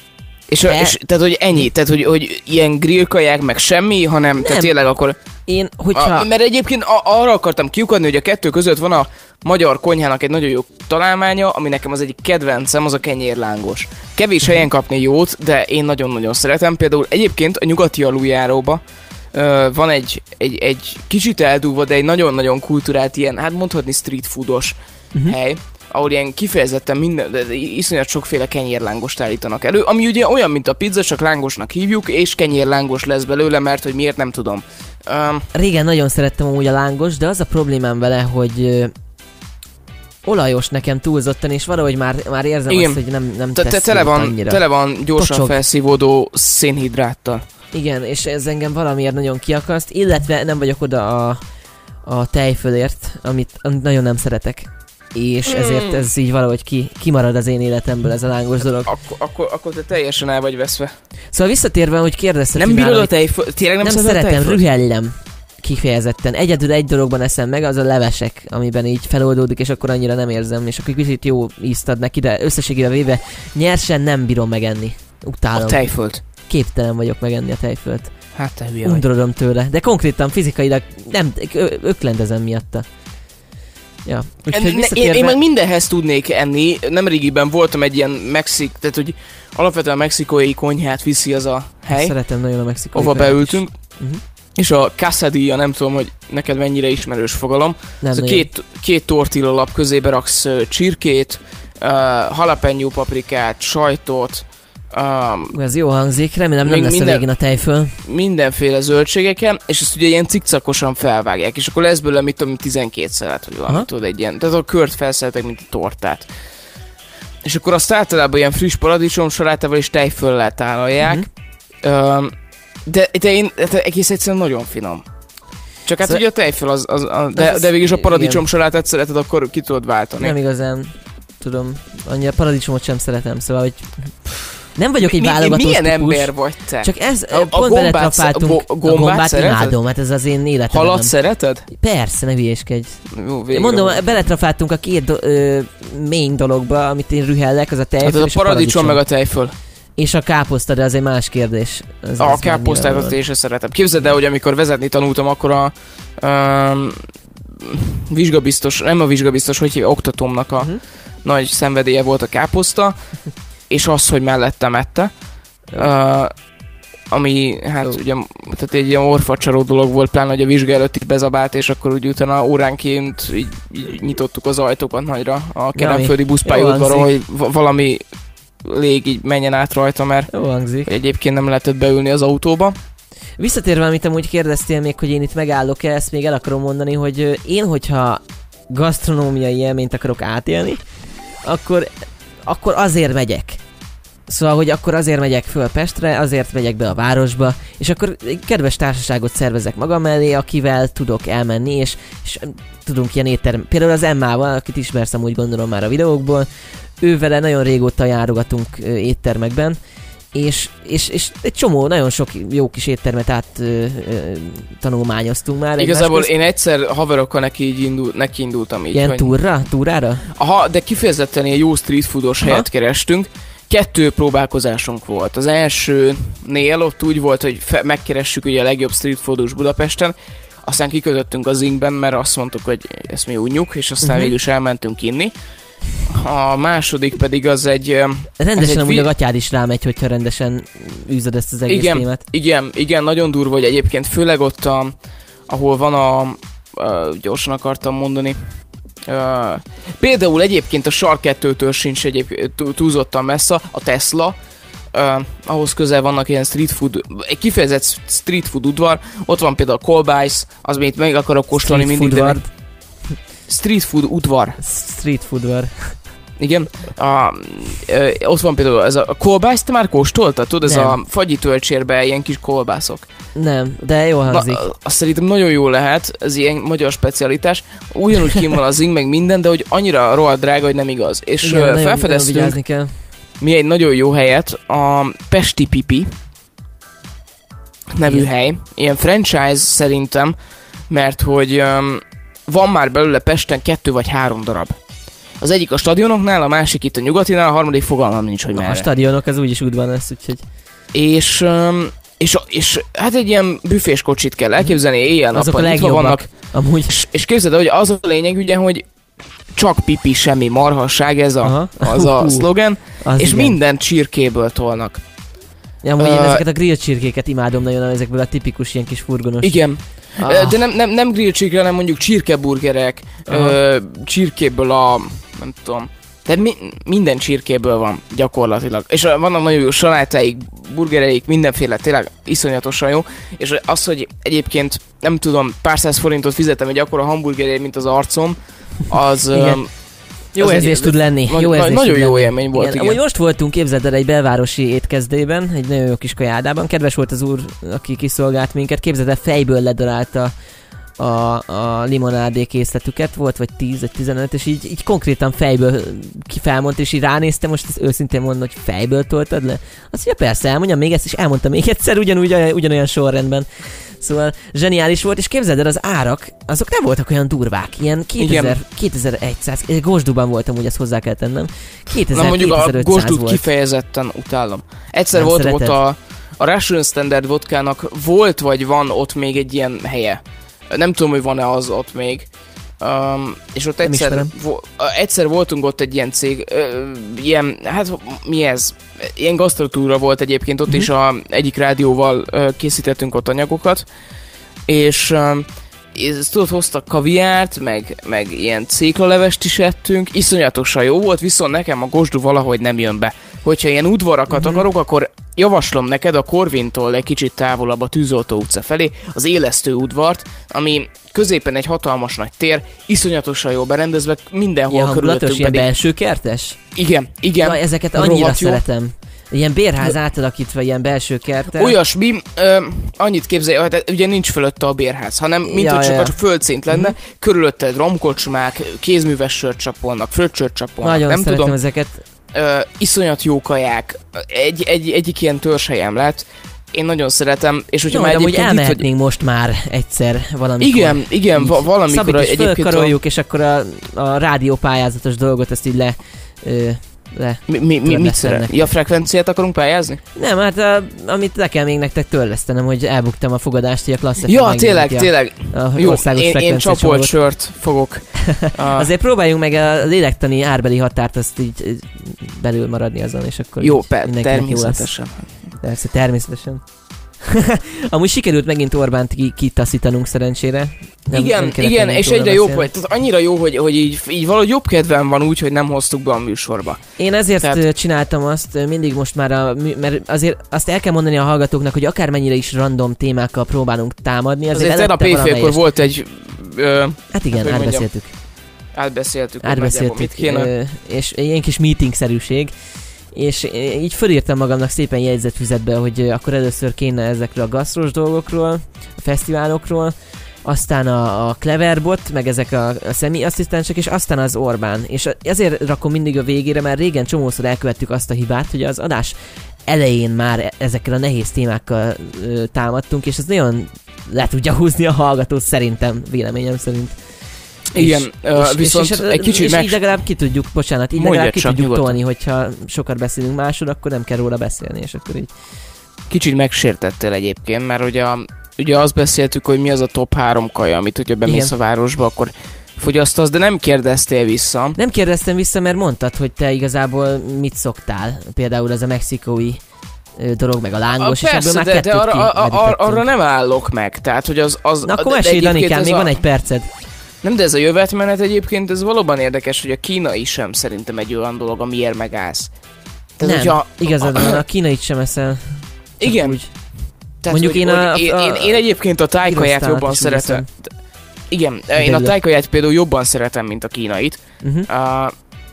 És, a, és tehát, hogy ennyi, tehát, hogy, hogy ilyen grillkaják, meg semmi, hanem nem. Tehát tényleg akkor... Én, hogyha... A, mert egyébként a, arra akartam kiukadni, hogy a kettő között van a magyar konyhának egy nagyon jó találmánya, ami nekem az egyik kedvencem, az a kenyérlángos. Kevés helyen kapni jót, de én nagyon-nagyon szeretem. Például egyébként a nyugati aluljáróba uh, van egy, egy, egy kicsit eldúlva, de egy nagyon-nagyon kulturált ilyen, hát mondhatni street foodos uh-huh. hely, ahol ilyen kifejezetten minden, de iszonyat sokféle kenyérlángost állítanak elő, ami ugye olyan, mint a pizza, csak lángosnak hívjuk, és kenyérlángos lesz belőle, mert hogy miért nem tudom. Um, Régen nagyon szerettem amúgy a lángos, de az a problémám vele, hogy ö, olajos nekem túlzottan, és valahogy már, már érzem igen. azt, hogy nem, nem te, tesz tele van, annyira. Tele van gyorsan Tocsog. felszívódó szénhidráttal. Igen, és ez engem valamiért nagyon kiakaszt, illetve nem vagyok oda a, a tejfölért, amit, amit nagyon nem szeretek. És ezért ez így valahogy ki, kimarad az én életemből ez a lángos dolog. Akkor, akkor, akkor te teljesen el vagy veszve. Szóval visszatérve, hogy kérdezted, nem bírod a tejföl, tényleg nem, nem szeretem, rühellem kifejezetten. Egyedül egy dologban eszem meg, az a levesek, amiben így feloldódik, és akkor annyira nem érzem, és akkor kicsit jó ízt ad neki, de összességében véve nyersen nem bírom megenni. Utálom. A tejfölt. Képtelen vagyok megenni a tejfölt. Hát te hülye Undorodom tőle, de konkrétan fizikailag nem, öklendezem miatta. Ja, en, ne, én, én meg mindenhez tudnék enni. Nemrégiben voltam egy ilyen Mexik, tehát hogy alapvetően a mexikói konyhát viszi az a hely. Szeretem nagyon a mexikói. Hova beültünk. Uh-huh. És a quesadilla, nem tudom, hogy neked mennyire ismerős fogalom. Nem ez a két, két tortilla lap közébe raksz uh, csirkét, uh, jalapeno paprikát, sajtot. Um, ez jó hangzik, remélem nem lesz minden, a végén a tejföl. Mindenféle zöldségeken, és ezt ugye ilyen cikcakosan felvágják, és akkor lesz belőle, mit tudom, tizenkét szelet, vagy valami, tudod, egy ilyen, tehát a kört felszeretek, mint a tortát. És akkor azt általában ilyen friss paradicsom salátával és tejföllel tálalják, uh-huh. um, de, de én de egész egyszerűen nagyon finom. Csak hát szóval ugye a tejföl az, az, az de, de végig is a paradicsom salátát szereted, akkor ki tudod váltani. Nem igazán tudom, annyira paradicsomot sem szeretem, szóval, hogy... Nem vagyok egy mi, válogatós milyen típus. ember vagy te? Csak ez, a, a pont beletrafáltunk. A, a gombát imádom, hát ez az én életem. Halat szereted? Persze, ne hülyéskedj. Jó, mondom, van. Beletrafáltunk a két do, ö, main dologba, amit én rühellek, az a tejföl hát és a paradicsom meg a tejföl. És a káposzta, de az egy más kérdés. Az, a káposztát azt én sem szeretem. Képzeld el, hogy amikor vezetni tanultam, akkor a um, vizsgabiztos, nem a vizsgabiztos, hogy hívja, oktatómnak a uh-huh. nagy szenvedélye volt a káposzta, és az, hogy mellettem ette. Uh, ami, hát oh. ugye, tehát egy ilyen orfacsaró dolog volt, pláne, hogy a vizsga előtt így bezabált, és akkor úgy utána óránként így, így nyitottuk az ajtókat nagyra a Kerenföldi buszpályaudvaron, hogy valami lég így menjen át rajta, mert egyébként nem lehetett beülni az autóba. Visszatérve, amit amúgy kérdeztél még, hogy én itt megállok-e, ezt még el akarom mondani, hogy én, hogyha gasztronómiai élményt akarok átélni, akkor, akkor azért megyek. Szóval, hogy akkor azért megyek föl Pestre, azért megyek be a városba, és akkor egy kedves társaságot szervezek magam mellé, akivel tudok elmenni, és, és tudunk ilyen étterem. Például az Emmával, akit ismersz amúgy gondolom már a videókból, ővele nagyon régóta járogatunk éttermekben, és, és, és egy csomó, nagyon sok jó kis éttermet át ö, ö, tanulmányoztunk már. Igazából én egyszer haverokkal neki, így indul, neki indultam így. Ilyen hogy... túrra? Túrára? Aha, de kifejezetten ilyen jó street foodos Aha. helyet kerestünk. Kettő próbálkozásunk volt. Az elsőnél ott úgy volt, hogy fe- megkeressük ugye a legjobb street foodos Budapesten, aztán kikötöttünk az Zinkben, mert azt mondtuk, hogy ezt mi unjuk, és aztán uh-huh. végül is elmentünk inni. A második pedig az egy... Rendesen amúgy vi- a gatyád is rámegy, hogyha rendesen űzöd ezt az egész igen, témát. Igen, igen, nagyon durva, hogy egyébként főleg ott, a, ahol van a... a gyorsan akartam mondani... Uh, például egyébként a Sark kettőtől sincs egyéb túlzottan messze, a Tesla, uh, ahhoz közel vannak ilyen street food, egy kifejezett street food udvar, ott van például a Kolbász, az még meg akarok kóstolni mindig, de meg... Street food udvar. Street food udvar. Igen. A, ö, ott van például ez a, a kolbászt, te már kóstoltad? Tudod, ez nem. A fagyi töltsérbe ilyen kis kolbászok. Nem, de jó hangzik. Na, azt szerintem nagyon jó lehet, ez ilyen magyar specialitás. Ugyanúgy kim van a Zing, meg minden, de hogy annyira rohadt drága, hogy nem igaz. És igen, felfedeztünk mi egy nagyon jó helyet, a Pesti Pipi nevű igen. hely. Ilyen franchise szerintem, mert hogy um, van már belőle Pesten kettő vagy három darab. Az egyik a stadionoknál, a másik itt a nyugatinál, a harmadik fogalmam nincs, hogy merre. A stadionok az úgyis útban lesz, úgyhogy... És, um, és, és hát egy ilyen büfés kocsit kell elképzelni, éjjel-nappal nyitva vannak. Amúgy. És, és képzeld, hogy az a lényeg ugye, hogy csak pipi, semmi marhasság, ez a, az a szlogen, az és igen. Mindent csirkéből tolnak. Ja, amúgy uh, én ezeket a grill csirkéket imádom nagyon, ezekből a tipikus ilyen kis furgonos. Igen. Ah. De nem, nem, nem grill csirke, hanem mondjuk csirkeburgerek, uh, csirkéből a... nem tudom... De mi, minden csirkéből van gyakorlatilag. És vannak nagyon jó salátáik, burgereik, mindenféle, tényleg iszonyatosan jó. És az, hogy egyébként nem tudom, pár száz forintot fizetem egy akkora hamburgerért, mint az arcom, az... um, jó érzés tud lenni. Nagy, jó érzés nagyon jó élmény volt, igen. Amúgy most voltunk, képzeld el, egy belvárosi étkezdében, egy nagyon jó kis kajádában. Kedves volt az úr, aki kiszolgált minket. Képzeld el, fejből ledarálta a, a limonádé készletüket, volt vagy tíz vagy tizenöt, és így, így konkrétan fejből kifelmondta, és így ránéztem, most ezt őszintén mondom, hogy fejből toltad le? Azt mondja, persze, elmondjam még ezt, és elmondtam még egyszer, ugyanúgy, ugyanolyan sorrendben. Szóval zseniális volt, és képzeld el, az árak, azok nem voltak olyan durvák, ilyen kétezer, kétezer-száz, Gosduban voltam, úgy ezt hozzá kell tennem. kétezer, na mondjuk a Gosdut volt. Kifejezetten utálom. Egyszer nem volt szereted? Ott a, a Russian Standard vodkának volt, vagy van ott még egy ilyen helye. Nem tudom, hogy van-e az ott még. Um, és ott egyszer, vo- egyszer voltunk ott egy ilyen cég, uh, ilyen, hát mi ez? Ilyen gasztrotúra volt egyébként, ott uh-huh. is a, egyik rádióval uh, készítettünk ott anyagokat, és um, ezt tudod, hoztak kaviárt, meg, meg ilyen céklalevest is ettünk, iszonyatosan jó volt, viszont nekem a Gosdu valahogy nem jön be. Hogyha ilyen udvarakat uh-huh. akarok, akkor javaslom neked a Korvintól egy kicsit távolabb a Tűzoltó utca felé, az Élesztő udvart, ami középen egy hatalmas nagy tér, iszonyatosan jó berendezve, mindenhol ilyen körülöttünk pedig... ilyen belső kertes? Igen, igen. Ja, ezeket annyira szeretem. Ilyen bérház átalakítva, ilyen belső kertel. Olyasmi, ö, annyit képzelj, hogy ugye nincs fölötte a bérház, hanem mint ja, hogy csak ja. a földszint lenne, mm-hmm. körülötted romkocsmák, kézműves sört csapolnak, fröccsört csapolnak, nagyon nem szeretem tudom. ezeket. Ö, iszonyat jó kaják, egy, egy, egyik ilyen törzshelyem lett, én nagyon szeretem, és hogyha no, már egyébként itt, elmehetnénk hogy... most már egyszer valamikor. Igen, igen, va- valamikor Szabit is egyébként... fölkaroljuk, a... és akkor a, a rádiópályázatos dolgot ezt így le... Ö, le mi, mi, mi, mit szeret? Ja, frekvenciát akarunk pályázni? Nem, hát a, amit le kell még nektek törlesztenem, hogy elbuktam a fogadást, hogy a Klassz ef em ja, tényleg, tényleg. Jó, én, én csapolt sört fogok. uh. Azért próbáljunk meg a lélektani árbeli határt, azt így, így belül maradni azon, és akkor jó, per, természetesen. Persze, természetesen. Amúgy sikerült megint Orbánt kitaszítanunk szerencsére. Nem, igen, nem igen, és egyre jobb, hogy, tehát annyira jó, hogy, hogy így, így valahogy jobb kedvem van úgy, hogy nem hoztuk be a műsorba. Én ezért tehát... csináltam azt, mindig most már, a, mert azért azt el kell mondani a hallgatóknak, hogy akármennyire is random témákkal próbálunk támadni. Azért, azért tegnap éjfélkor volt egy... Ö, hát igen, hát átbeszéltük. Átbeszéltük, átbeszéltük mit kéne. Ö, és ilyen kis meeting-szerűség. És így fölírtam magamnak szépen jegyzetfüzetbe, hogy akkor először kéne ezekről a gasztros dolgokról, a fesztiválokról, aztán a, a Cleverbot, meg ezek a, a személyasszisztensek, és aztán az Orbán. És ezért rakom mindig a végére, mert régen csomószor elkövettük azt a hibát, hogy az adás elején már ezekkel a nehéz témákkal ö, támadtunk, és ez nagyon le tudja húzni a hallgatót szerintem, véleményem szerint. Igen, és, uh, és, viszont és, és, egy kicsit és meg... így legalább ki tudjuk, bocsánat, így legalább ki tudjuk nyugodtan tolni, hogyha sokat beszélünk másod, akkor nem kell róla beszélni, és akkor így... Kicsit megsértettél egyébként, mert ugye, ugye azt beszéltük, hogy mi az a top három kaja, amit hogyha bemész a városba, akkor fogyasztasz, de nem kérdeztél vissza. Nem kérdeztem vissza, mert mondtad, hogy te igazából mit szoktál, például ez a mexikói dolog, meg a lángos, a, és persze, ebből már de, kettőt de arra, a, a, arra nem állok meg, tehát hogy az... az na akkor mesélj, Danikám, még a... van egy perced. Nem, de ez a jövetmenet egyébként, ez valóban érdekes, hogy a kínai sem szerintem egy olyan dolog, amiért megállsz. Tehát, nem, hogyha, igazad van, a kínait sem eszel. Igen. Úgy. Tehát, mondjuk hogy, én, a, én, én, én egyébként a tájkaját jobban szeretem. Igen, de én a tájkaját például jobban szeretem, mint a kínait. Uh-huh. Uh,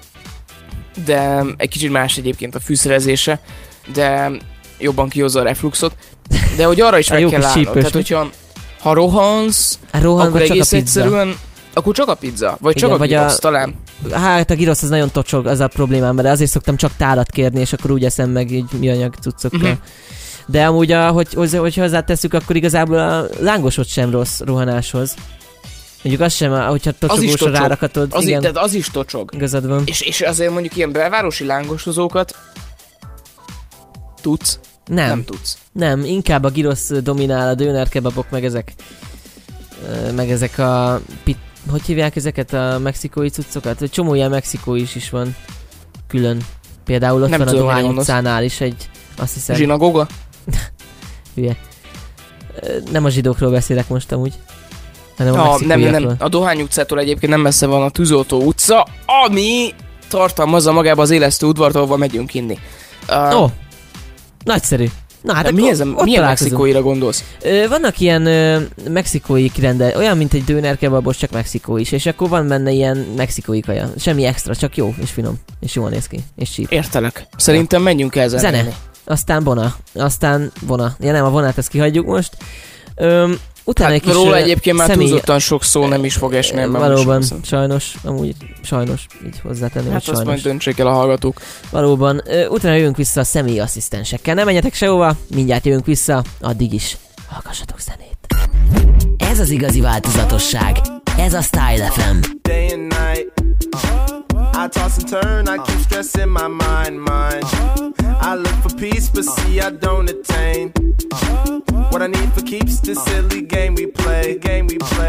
de egy kicsit más egyébként a fűszerezése, de jobban kihozza a refluxot. De hogy arra is meg kell állnod. Tehát, hogyha ha rohansz, rohan, akkor egész egyszerűen... Akkor csak a pizza? Vagy igen, csak a gyrosz, talán? Hát a gyrosz az nagyon tocsog, az a problémám, de azért szoktam csak tálat kérni, és akkor úgy eszem meg így műanyag cuccokkal. Uh-huh. De amúgy, a, hogy, hogy, hogy hozzátesszük, akkor igazából a lángosod sem rossz rohanáshoz. Mondjuk az sem, hogyha tocsogósra rárakatod. Az, igen. I, az is tocsog. Igazad van. És, és azért mondjuk ilyen belvárosi lángosozókat tudsz? Nem. Nem tudsz. Nem, inkább a gyrosz dominál, a dönerkebabok, meg ezek, meg ezek a, pit, hogy hívják ezeket a mexikói cuccokat? Egy csomó ilyen mexikói is is van külön. Például ott nem van tudom, a Dohány utcánál is egy, azt hiszem... Zsinagóga? Hülye. Nem a zsidókról beszélek most amúgy, hanem ja, a mexikóiakról. Nem, nem, a Dohány utcától egyébként nem messze van a Tűzoltó utca, ami tartalmazza magába az élesztő udvart, ahova megyünk inni. Uh, Ó, oh, nagyszerű. Na hát mi ez a, milyen mexikóira gondolsz? Ö, vannak ilyen ö, mexikói kirendel, olyan mint egy dönerkebabos, csak mexikói is, és akkor van benne ilyen mexikói kaja. Semmi extra, csak jó és finom, és jól néz ki, és cheap. Értelek. Szerintem menjünk el zenélni. Zene. Aztán bona. Aztán vona. Ja nem, a vonát ezt kihagyjuk most. Öm, utána hát egy kis róla egyébként már személy... túlzottan sok szó nem is fog esni. Valóban, sajnos, amúgy sajnos, így hozzátenném, hát hogy sajnos. Hát azt majd döntsék el a hallgatók. Valóban, ö, utána jövünk vissza a személyi asszisztensekkel. Nem menjetek sehova, mindjárt jövünk vissza, addig is hallgassatok zenét. Ez az igazi változatosság. Ez a Style ef em. Day and night, I toss and turn, I keep stressing my mind, mind. I look for peace, but see I don't attain. What I need for keeps this silly game we play, game we play.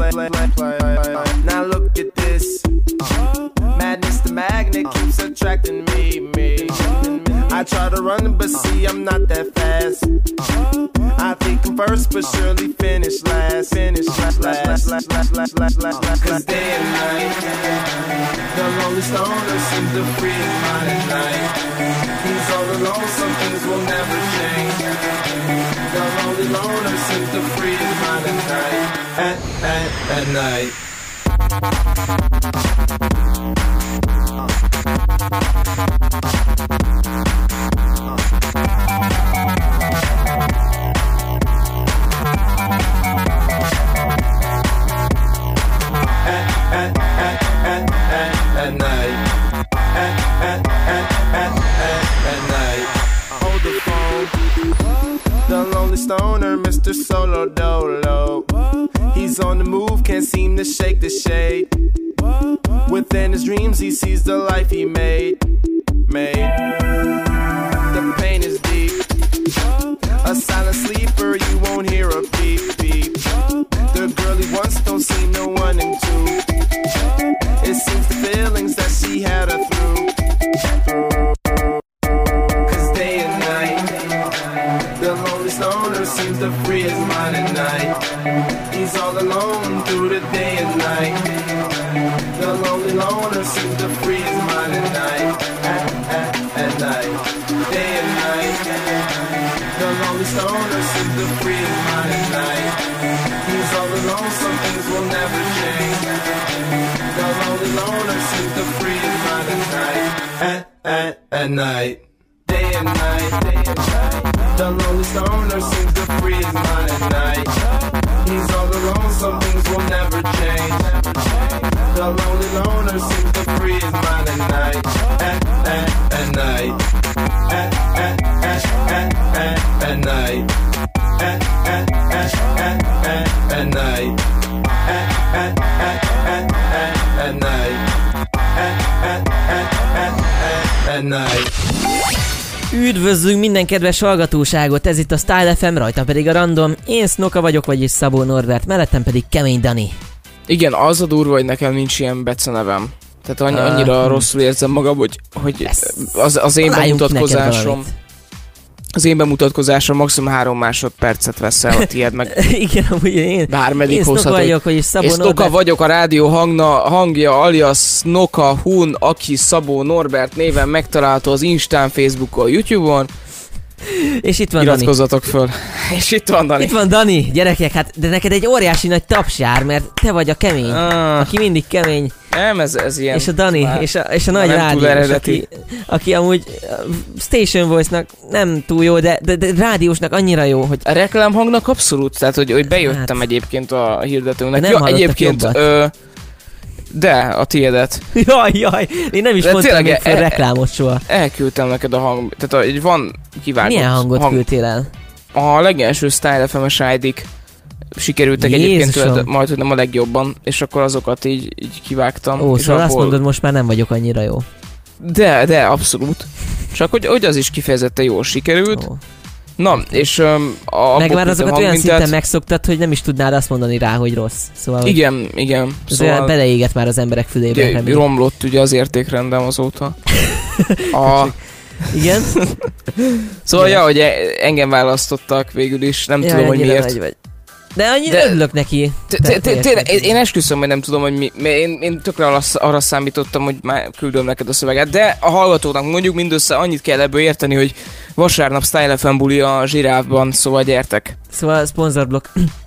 Now look at this, madness the magnet keeps attracting me, me. I try to run, but see I'm not that fast. I think I'm first, but surely finish last, finish last, last, last, last, last, last, last. Cause day and night, the lonely stoner seems to free his mind at night. He's all alone, some things will never change. The lonely loner seems to free his mind at night, at, at, at night. Stoner, Mister Solo Dolo. He's on the move, can't seem to shake the shade. Within his dreams, he sees the life he made. Made. The pain is deep. A silent sleeper, you won't hear a beep beep. The girl he wants don't see no one in two. It seems the feelings that she had her through. Cause day and night, the lonely stoner seems to free his mind at night. He's all alone through the day and night. The lonely loner seems to free his mind at night. At, at, at night. Day and night. The lonely stoner seems to free his mind at night. He's all alone, some things will never change. The lonely loner seems to free his mind at night. At, at, at night. Day and night. Day and night. The lonely stoner seems to free his mind at night. He's all alone, some things will never change. The lonely loner seems to free his mind at night. At, at, at night. At, at, at, at, at, at night. At, at, at, at, at, at night. At, at, at, at, at, at night. At, at, at, at, at, at night. Üdvözlünk minden kedves hallgatóságot, ez itt a Style ef em, rajta pedig a Random. Én Snoka vagyok, vagyis Szabó Norbert, mellettem pedig Kemény Dani. Igen, az a durva, hogy nekem nincs ilyen becenevem. Tehát annyi, annyira uh, rosszul érzem magam, hogy, hogy az, az én bemutatkozásom... Az én bemutatkozásom maximum három másodpercet vesz el, a tiéd meg... Igen, amúgy én... Bármeddig hozható. Én vagyok, vagyis Szabó Norbert. Snoka vagyok, a rádió hangna, hangja alias Snoka Hun, aki Szabó Norbert néven megtalálható az Instán, Facebookon, YouTube-on. És itt van Iratkozzatok föl. És itt van Dani. Itt van Dani, gyerekek, hát de neked egy óriási nagy taps jár, mert te vagy a kemény, ah. aki mindig kemény. Nem, ez, ez ilyen... És a Dani, és a, és a nagy rádiós, aki, aki amúgy Station Voice-nak nem túl jó, de, de, de rádiósnak annyira jó, hogy... A reklámhangnak abszolút, tehát hogy, hogy bejöttem hát, egyébként a hirdetőnknek. Nem ja, egyébként... Ö, de, a tiédet. Jaj, jaj, én nem is de mondtam még fel reklámot soha. Elküldtem neked a hang... Tehát egy van kivágott... Milyen hangot hang, küldtél el? A legelső Style ef em-es I D-k sikerültek Jézusom. Egyébként majd, hogy nem a legjobban, és akkor azokat így, így kivágtam. Ó, szóval abból... azt mondod, most már nem vagyok annyira jó. De, de, abszolút. Csak hogy, hogy az is kifejezetten jól sikerült. Ó. Na, és um, a... Meg már azokat olyan szinten megszoktad, hogy nem is tudnád azt mondani rá, hogy rossz. Szóval, igen, igen. Szóval beleégett már az emberek fülébe. Ugye, romlott ugye az értékrendem azóta. a... Igen? Szóval, ja, hogy engem választottak végül is, nem tudom, hogy miért. De annyira örülök neki. Tényleg, én esküszöm, hogy nem tudom, hogy mi. Én tökre arra számítottam, hogy már küldöm neked a szöveget, de a hallgatóknak mondjuk mindössze annyit kell ebből érteni, hogy vasárnap Style ef em buli a Zsiráfban, szóval gyertek. Szóval szponzorblock.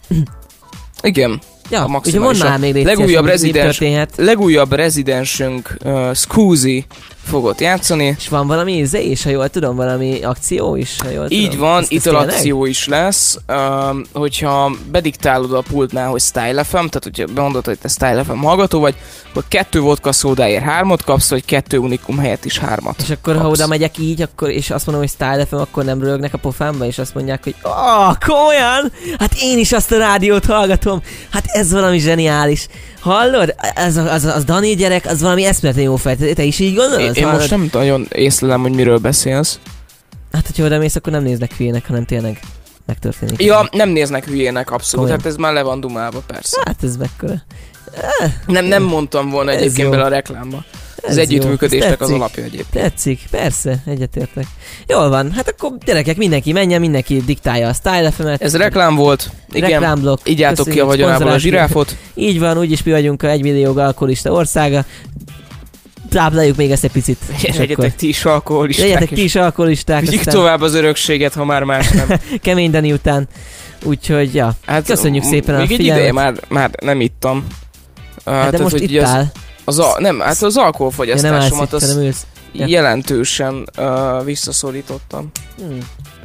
Igen. Ja, ugye mondnál még légy legújabb, rezidens, legújabb rezidensünk uh, Scusi fogott játszani. És van valami íze is, ha jól tudom, valami akció is, ha jól Így tudom. van, ezt itt akció is lesz, uh, hogyha bediktálod a pultnál, hogy Style ef em, tehát hogyha bemondod, hogy te Style ef em hallgató vagy, akkor kettő vodka szódáért hármat kapsz, vagy kettő unikum helyett is hármat. És akkor kapsz. Ha oda megyek így, akkor, és azt mondom, hogy Style ef em, akkor nem rögnek a pofámba, és azt mondják, hogy ah, komolyan? Hát én is azt a rádiót hallgatom. Hát ez valami zseniális. Hallod? Az, az, az, az Dani gyerek, az valami eszméletlen jó fej. Te is így gondolod? Én, én most nem nagyon észlelem, hogy miről beszélsz. Hát, hogyha oda mész, akkor nem néznek hülyének, hanem tényleg megtörténik. Ja, nem néznek hülyének, abszolút. Olyan. Hát ez már le van dumálva, persze. Hát ez mekkora. Nem, nem mondtam volna ez egyébként bele a reklámba. Ez az együttműködésnek az alapja egyébként. Tetszik, persze, egyetértek. Jól van, hát akkor gyerekek, mindenki menjen, mindenki diktálja a Style ef em-et. Ez reklám volt. Igen, reklámblokk. Így álltok ki a vagyonából a Zsiráfot. Így van, úgyis mi vagyunk a egymillió alkoholista országa. Tápláljuk még ezt egy picit. És legyetek ti is alkoholisták. Legyetek ti is alkoholisták. Vigyük aztán... tovább az örökséget, ha már más nem. Kemény Dani után. Úgyhogy, ja, hát köszönjük szépen a figyelmet. Még egy ideje már, már nem ittam. Hát de tehát, most ittál. Az, az, nem, hát az alkoholfogyasztásomat ja, az ja. jelentősen uh, visszaszorítottam. Hmm.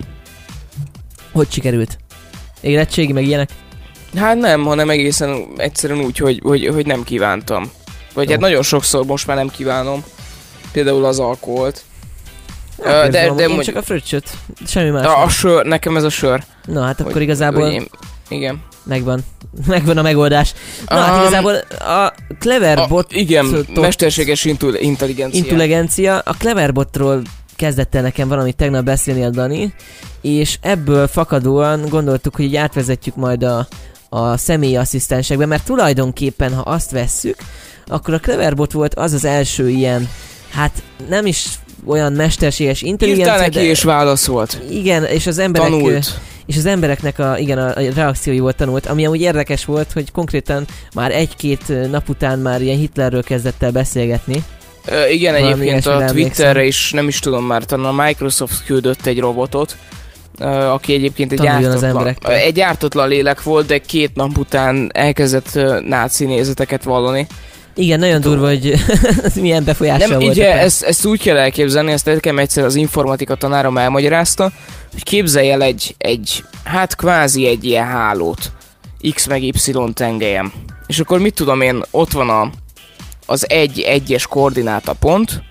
Hogy sikerült? Érettségi meg ilyenek? Hát nem, hanem egészen egyszerűen úgy, hogy, hogy, hogy nem kívántam. Vagy oh. hát nagyon sokszor most már nem kívánom. Például az alkoholt. Hát, uh, de, de, de én csak a fröccsöt. Semmi más. A, a sör, nekem ez a sör. Na hát akkor hogy, igazából... Én, igen. Megvan. Megvan a megoldás. Na um, hát igazából a Cleverbot... Igen, mesterséges intelligencia. Intelligencia. A Cleverbotról kezdett el nekem valamit tegnap beszélni a Dani, és ebből fakadóan gondoltuk, hogy így átvezetjük majd a, a személyi asszisztensekbe, mert tulajdonképpen, ha azt vesszük, akkor a Cleverbot volt az az első ilyen, hát nem is olyan mesterséges intelligencia, írtál neki de, és válaszolt. Igen, és az emberek... Tanult. És az embereknek a, igen, a, a reakcióiból tanult, ami amúgy érdekes volt, hogy konkrétan már egy-két nap után már ilyen Hitlerről kezdett el beszélgetni. Ö, igen, valami egyébként a Twitterre is, nem is tudom már, talán a Microsoft küldött egy robotot, ö, aki egyébként egy ártatlan, egy ártatlan lélek volt, de két nap után elkezdett ö, náci nézeteket vallani. Igen, nagyon durva, hogy milyen befolyással nem, volt. Ugye ezt, ezt úgy kell elképzelni, ezt nekem egyszer az informatika tanárom elmagyarázta, hogy képzelj el egy, egy, hát kvázi egy ilyen hálót, X meg Y tengelyen. És akkor mit tudom én, ott van a, az egy egyes koordináta-pont,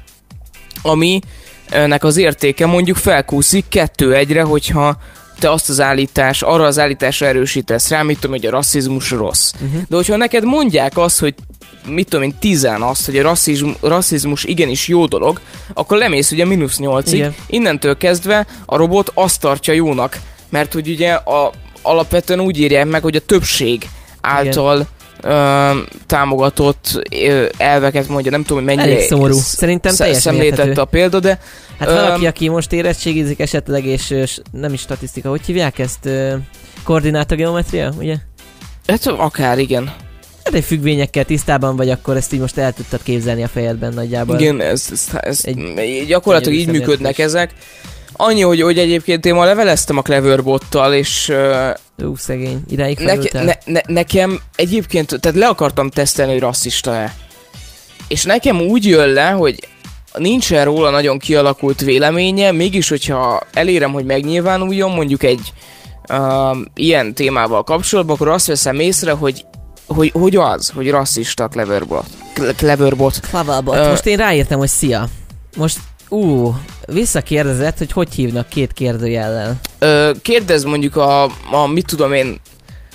aminek az értéke mondjuk felkúszik kettő egyre, hogyha te azt az állítás, arra az állításra erősítesz rá, mit tudom, hogy a rasszizmus rossz. Uh-huh. De hogyha neked mondják azt, hogy mit tudom én, tizen azt, hogy a rasszizmus, rasszizmus igenis jó dolog, akkor lemész ugye mínusz nyolcig, igen. Innentől kezdve a robot azt tartja jónak, mert hogy ugye a, alapvetően úgy írják meg, hogy a többség által ö, támogatott ö, elveket mondja, nem tudom, hogy mennyire elég szomorú. Szerintem teljesen szemléltette a példa, de... Hát valaki, ö, aki most érettségizik esetleg, és, és nem is statisztika, hogy hívják ezt? Ö, koordinátageometria, ugye? Hát akár, igen. Hát egy függvényekkel tisztában vagy, akkor ezt így most el tudtad képzelni a fejedben nagyjából. Igen, ez, ez, ez egy, gyakorlatilag így működnek ezek. Annyi, hogy, hogy egyébként én ma leveleztem a Cleverbottal, és... Ú, szegény, idáig neke, ne, ne, nekem egyébként, tehát le akartam tesztelni, hogy rasszista-e. És nekem úgy jön le, hogy nincsen róla nagyon kialakult véleménye, mégis, hogyha elérem, hogy megnyilvánuljon mondjuk egy uh, ilyen témával kapcsolatban, akkor azt veszem észre, hogy Hogy, hogy az, hogy rasszista a Cleverbot. Cleverbot. Cleverbot. Uh, Most én ráírtam, hogy szia. Most, ú, visszakérdezett, hogy hogy hívnak két kérdőjellel. Uh, kérdezd mondjuk a, a, mit tudom én,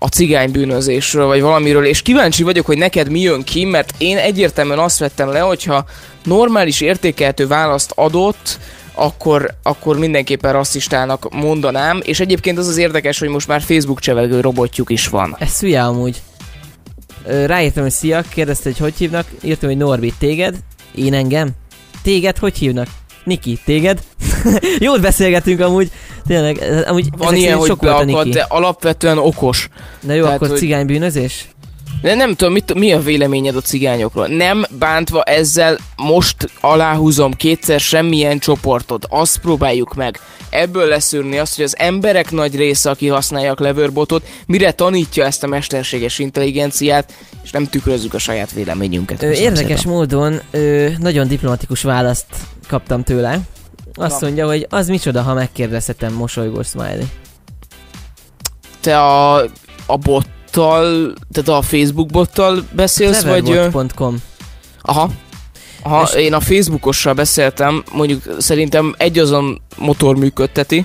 a cigánybűnözésről, vagy valamiről, és kíváncsi vagyok, hogy neked mi jön ki, mert én egyértelműen azt vettem le, hogyha normális értékelhető választ adott, akkor, akkor mindenképpen rasszistának mondanám, és egyébként az az érdekes, hogy most már Facebook csevelgő robotjuk is van. Ez hülye amúgy. Ráírtam, hogy szia, kérdezte, hogy hogy hívnak, írtam, hogy Norbi, téged? Én engem? Téged hogy hívnak? Niki, téged? Jót beszélgetünk amúgy. Tényleg, amúgy van ilyen, hogy beakad, de alapvetően okos. Na jó, tehát, akkor hogy... cigánybűnözés? De nem tudom, mit, mi a véleményed a cigányokról? Nem bántva ezzel most aláhúzom kétszer semmilyen csoportot. Azt próbáljuk meg ebből leszűrni azt, hogy az emberek nagy része, aki használja a Cleverbotot, mire tanítja ezt a mesterséges intelligenciát, és nem tükrözzük a saját véleményünket. Ö, érdekes szépen. módon ö, nagyon diplomatikus választ kaptam tőle. Azt Na. mondja, hogy az micsoda, ha megkérdezhetem, mosolygós smiley. Te a, a bot tehát a Facebook bottal beszélsz, vagy... cleverbot pont com. Aha. Aha, és én a Facebookossal beszéltem, mondjuk szerintem egy azon motor működteti.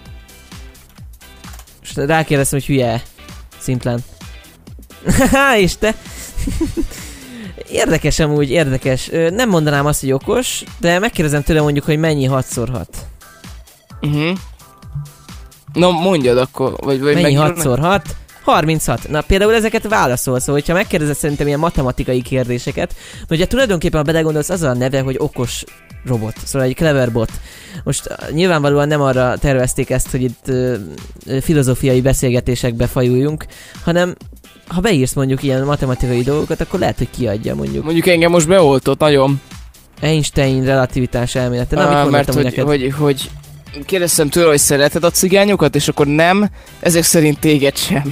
És rákérdeztem, hogy hülye szimplán. Haha, és te? Érdekes amúgy, érdekes. Nem mondanám azt, hogy okos, de megkérdezem tőle mondjuk, hogy mennyi hat szor hat. Uh-huh. Na mondjad akkor, vagy, vagy mennyi hat szor hat? harminchat. Na például ezeket válaszol, szóval hogyha megkérdezed szerintem ilyen matematikai kérdéseket, mert ugye tulajdonképpen ha belegondolsz, az a neve, hogy okos robot, szóval egy Cleverbot. Most uh, nyilvánvalóan nem arra tervezték ezt, hogy itt uh, filozófiai beszélgetésekbe fajuljunk, hanem ha beírsz mondjuk ilyen matematikai dolgokat, akkor lehet, hogy kiadja mondjuk. Mondjuk engem most beoltott nagyon. Einstein relativitás elmélete. Na, mit mert hogy, hogy, hogy kérdeztem tőle, hogy szereted a cigányokat, és akkor nem, ezek szerint téged sem.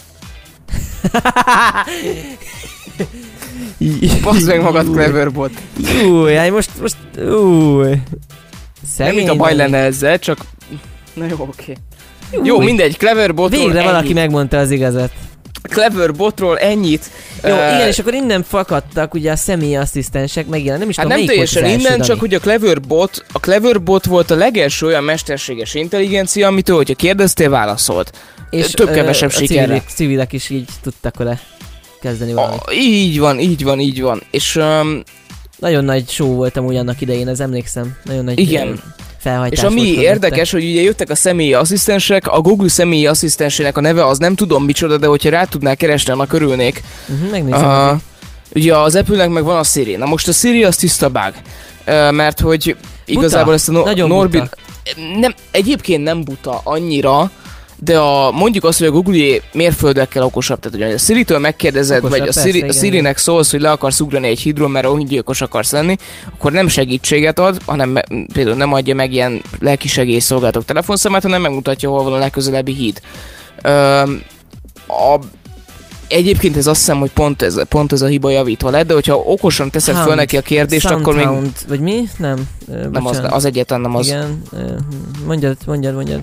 Bazd meg magad, Cleverbot. Új, most, most, új. Nem mint a baj lenne ezzel, csak... Na jó, oké. Okay. Jó, mindegy, Cleverbotról Végre ennyit. Valaki megmondta az igazat. Cleverbotról ennyit. Jó, uh, igen, és akkor innen fakadtak ugye a személyi asszisztensek, meg ilyen, nem is hát tudom, nem teljesen innen, csak hogy a Cleverbot, a Cleverbot volt a legelső olyan mesterséges intelligencia, amitől, hogyha kérdeztél, válaszolt. És több-kevesebb uh, sikerre. Civilek, civilek is így tudtak vele kezdeni valamit. A, így van, így van, így van. És... Um, nagyon nagy show voltam úgy annak idején, ez emlékszem. Nagyon nagy igen. felhajtás. És ami érdekes, hogy ugye jöttek a személyi asszisztensek, a Google személyi asszisztensének a neve az nem tudom micsoda, de hogyha rá tudnál keresni, annak örülnék. Uh-huh, megnézem. Uh, ugye az Apple-nek meg van a Siri. Na most a Siri az tiszta bug. Uh, mert hogy igazából buta. ezt a no- Norbi... Nem, egyébként nem buta annyira, de a, mondjuk azt, hogy a Google mérföldekkel okosabb, tehát hogy a Siri-től megkérdezed, okosabb, vagy a, Siri, persze, a Siri-nek szólsz, hogy le akarsz ugrani egy hídról, mert olyan gyilkos akarsz lenni, akkor nem segítséget ad, hanem me, például nem adja meg ilyen lelkisegélyszolgálatok telefonszámát, hanem megmutatja, hol van a legközelebbi híd. Ö, a, egyébként ez azt hiszem, hogy pont ez, pont ez a hiba javítva lett, de hogyha okosan teszed föl neki a kérdést, akkor még... Sound, vagy mi? Nem. Nem az, az egyetlen nem az. Igen. Mondjad, mondjad, mondjad.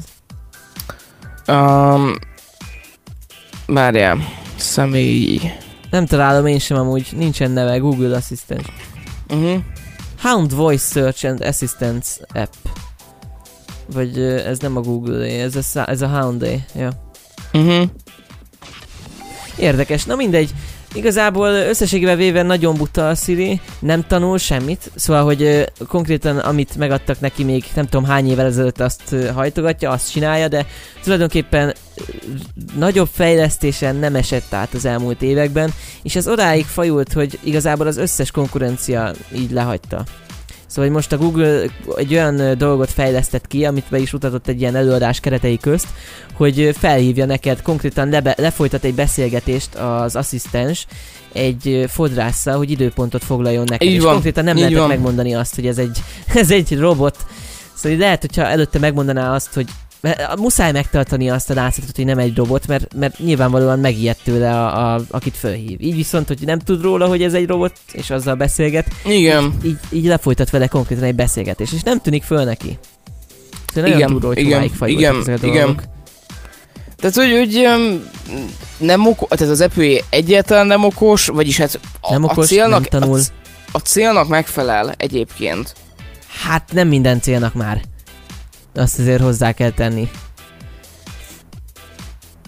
Um, Várjál, személyi... Nem találom én sem amúgy, nincsen neve, Google Assistant. Uh-huh. Hound Voice Search and Assistance App. Vagy ez nem a Google-é, ez a, ez a Hound-é, ja. Uh-huh. Érdekes, na mindegy. Igazából összességében véve nagyon buta a Siri, nem tanul semmit, szóval, hogy uh, konkrétan amit megadtak neki még nem tudom hány évvel ezelőtt azt uh, hajtogatja, azt csinálja, de tulajdonképpen uh, nagyobb fejlesztésen nem esett át az elmúlt években, és ez odáig fajult, hogy igazából az összes konkurencia így lehagyta. Szóval hogy most a Google egy olyan dolgot fejlesztett ki, amit be is mutatott egy ilyen előadás keretei közt, hogy felhívja neked, konkrétan lebe, lefolytat egy beszélgetést az asszisztens egy fodrásszal, hogy időpontot foglaljon neked. Így és van, konkrétan nem lehetett megmondani azt, hogy ez egy, ez egy robot. Szóval lehet, hogyha előtte megmondaná azt, hogy muszáj megtartani azt a látszatot, hogy nem egy robot, mert, mert nyilvánvalóan megijedt tőle, a, a, akit fölhív. Így viszont, hogy nem tud róla, hogy ez egy robot, és azzal beszélget, igen. Így, így lefolytat vele konkrétan egy beszélgetés, és nem tűnik föl neki. Szóval igen, tud róla, hogy igen, igen, igen. Tehát, hogy, hogy um, nem okos, tehát az Apple egyáltalán nem okos, vagyis hát a, nem okos, a célnak, nem tanul. A, a célnak megfelel egyébként. Hát nem minden célnak már. Azt azért hozzá kell tenni.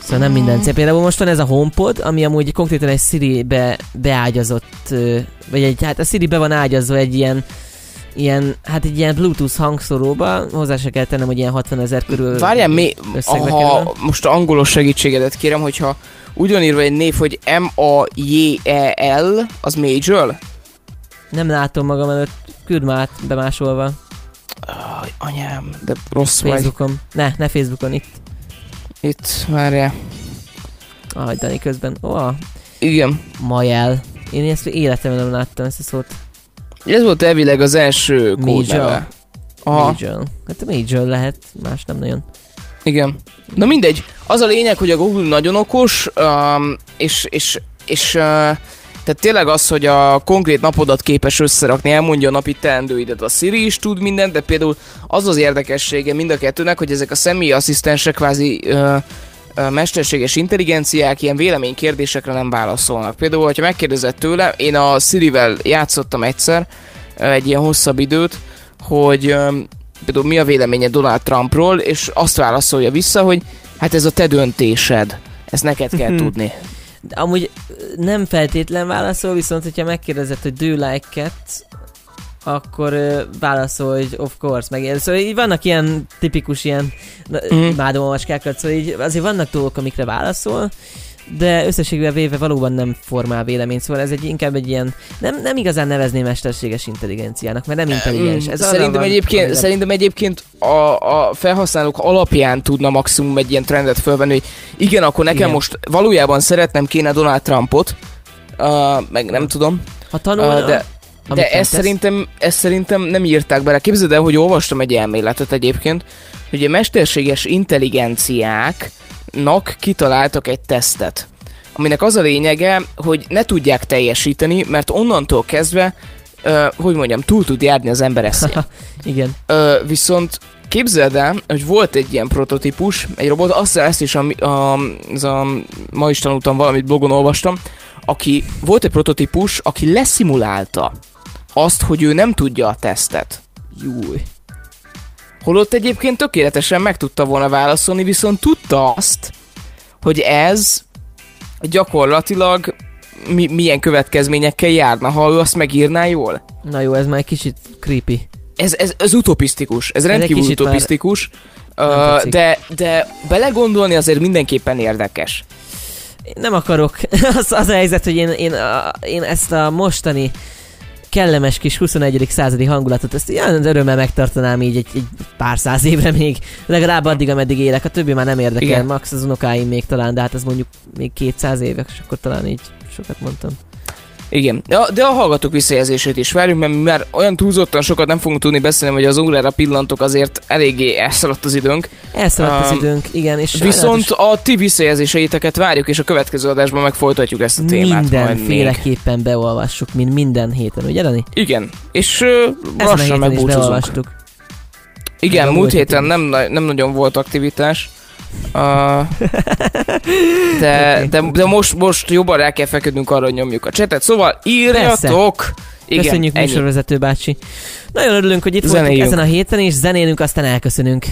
Szóval nem minden cél. Például most van ez a HomePod, ami amúgy konkrétan egy Siri-be beágyazott, vagy egy, hát a Siri be van ágyazva egy ilyen, ilyen, hát egy ilyen Bluetooth hangszóróba, hozzá se kell tennem, hogy ilyen hatvanezer körül. Várjál, mi, ha most angolos segítségedet kérem, hogyha úgy van írva egy név, hogy M A J E L, az Major? Nem látom magam előtt, küld már át bemásolva. Aj, anyám, de rossz vagy. Facebookon. Ne, ne Facebookon, itt. Itt, várjál. Ah, Dani közben. Oh. Igen. Majel. Én ezt életemben nem láttam, ezt a szót. Ez volt elvileg az első kódneve. Major. Hát a Major lehet, más nem nagyon. Igen. Na mindegy. Az a lényeg, hogy a Google nagyon okos, um, és, és, és uh, tehát tényleg az, hogy a konkrét napodat képes összerakni, elmondja a napi teendőidet. A Siri is tud mindent, de például az az érdekessége mind a kettőnek, hogy ezek a személyi asszisztensek kvázi uh, uh, mesterséges intelligenciák ilyen véleménykérdésekre nem válaszolnak. Például, hogyha megkérdezett tőle, én a Sirivel játszottam egyszer uh, egy ilyen hosszabb időt, hogy um, például mi a véleménye Donald Trumpról, és azt válaszolja vissza, hogy hát ez a te döntésed, ezt neked kell tudni. De amúgy nem feltétlen válaszol, viszont hogyha megkérdezed, hogy do you like cats, akkor uh, válaszol, hogy of course, meg szóval így vannak ilyen tipikus ilyen mm. imádom a macskákat, szóval így azért vannak dolgok, amikre válaszol, de összességében véve valóban nem formál véleményt, szóval ez egy inkább egy ilyen, nem, nem igazán nevezném mesterséges intelligenciának, mert nem intelligens. Ez szerintem, van, egyébként, amire... szerintem egyébként a, a felhasználók alapján tudna maximum egy ilyen trendet fölvenni, hogy igen, akkor nekem igen. most valójában szeretnem kéne Donald Trumpot, uh, meg nem tudom, ha tanulna, uh, de, de ezt, szerintem, ezt szerintem nem írták bele. Képzeld el, hogy olvastam egy elméletet egyébként, hogy a mesterséges intelligenciák nak kitaláltak egy tesztet, aminek az a lényege, hogy ne tudják teljesíteni, mert onnantól kezdve, uh, hogy mondjam, túl tud járni az ember eszén. Igen. Uh, viszont képzeld el, hogy volt egy ilyen prototípus, egy robot, azt ezt is a, a, az a, ma is tanultam valamit, blogon olvastam, aki volt egy prototípus, aki leszimulálta azt, hogy ő nem tudja a tesztet. Júj. Holott egyébként tökéletesen meg tudta volna válaszolni, viszont tudta azt, hogy ez gyakorlatilag mi, milyen következményekkel járna, ha ő azt megírná jól. Na jó, ez már egy kicsit creepy. Ez, ez, ez utopisztikus, ez, ez rendkívül utopisztikus, uh, de, de belegondolni azért mindenképpen érdekes. Én nem akarok. az, az a helyzet, hogy én, én, a, én ezt a mostani kellemes kis huszonegyedik századi hangulatot, ezt ilyen örömmel megtartanám így egy, egy pár száz évre még, legalább addig, ameddig élek, a többi már nem érdekel, igen. Max az unokáim még talán, de hát ez mondjuk még kétszáz évek, és akkor talán így sokat mondtam. Igen, de a hallgatók visszajelzését is várjunk, mert már olyan túlzottan sokat nem fogunk tudni beszélni, hogy az órára pillantok, azért eléggé elszaladt az időnk. Elszaladt um, az időnk, igen. És viszont is... a ti visszajelzéseiteket várjuk, és a következő adásban meg folytatjuk ezt a témát. Mindenféleképpen beolvassuk, mint minden héten, ugye Dani? Igen, és uh, lassan megbúcsúzunk. Igen, nem múlt héten nem, nem nagyon volt aktivitás. Uh, de, okay. de, de most, most jobban rá kell feküdnünk arra, hogy nyomjuk a csetet, szóval írjatok! Igen, köszönjük műsorvezető bácsi. Nagyon örülünk, hogy itt voltunk ezen a héten, és zenélünk, aztán elköszönünk.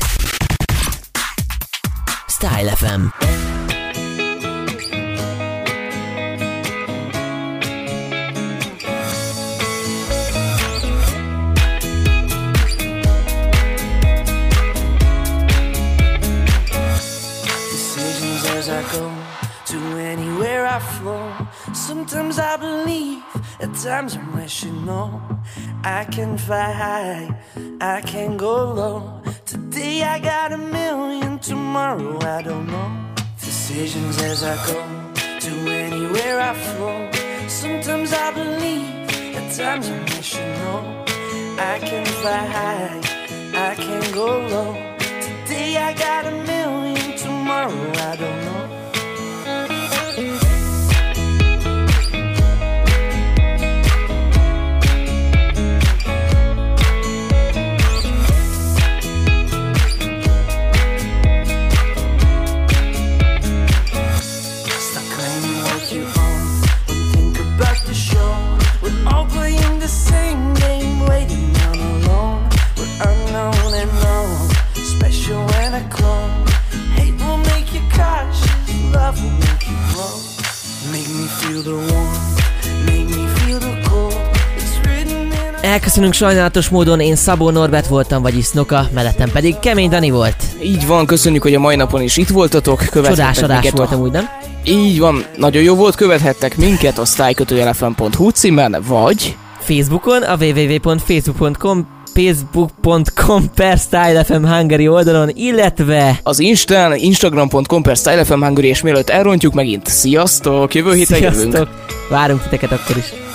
Style ef em. Sometimes I believe, at times I wish you know I can fly high, I can go low. Today I got a million, tomorrow I don't know. Decisions as I go, to anywhere I flow. Sometimes I believe, at times I wish you know I can fly high, I can go low. Today I got a million, tomorrow I don't know. When I clone, hate will make you cautious. feel the warmth, make me feel the cold. It's written in a... Elköszönünk sajnálatos módon, én Szabó Norbert voltam, vagyis Snoka, mellettem pedig Kemény Dani volt. Így van, köszönjük, hogy a mai napon is itt voltatok. Csodás adás volt amúgy, nem? Így van, nagyon jó volt, követhettek minket a sztájkötőjelefem pont hu címen, vagy... Facebookon, a double-u double-u double-u pont facebook pont com facebook pont com per StyleFM Hungary oldalon, illetve az Instán, instagram pont com per StyleFM Hungary, és mielőtt elrontjuk megint, sziasztok, jövő héten jövünk. Várunk titeket akkor is.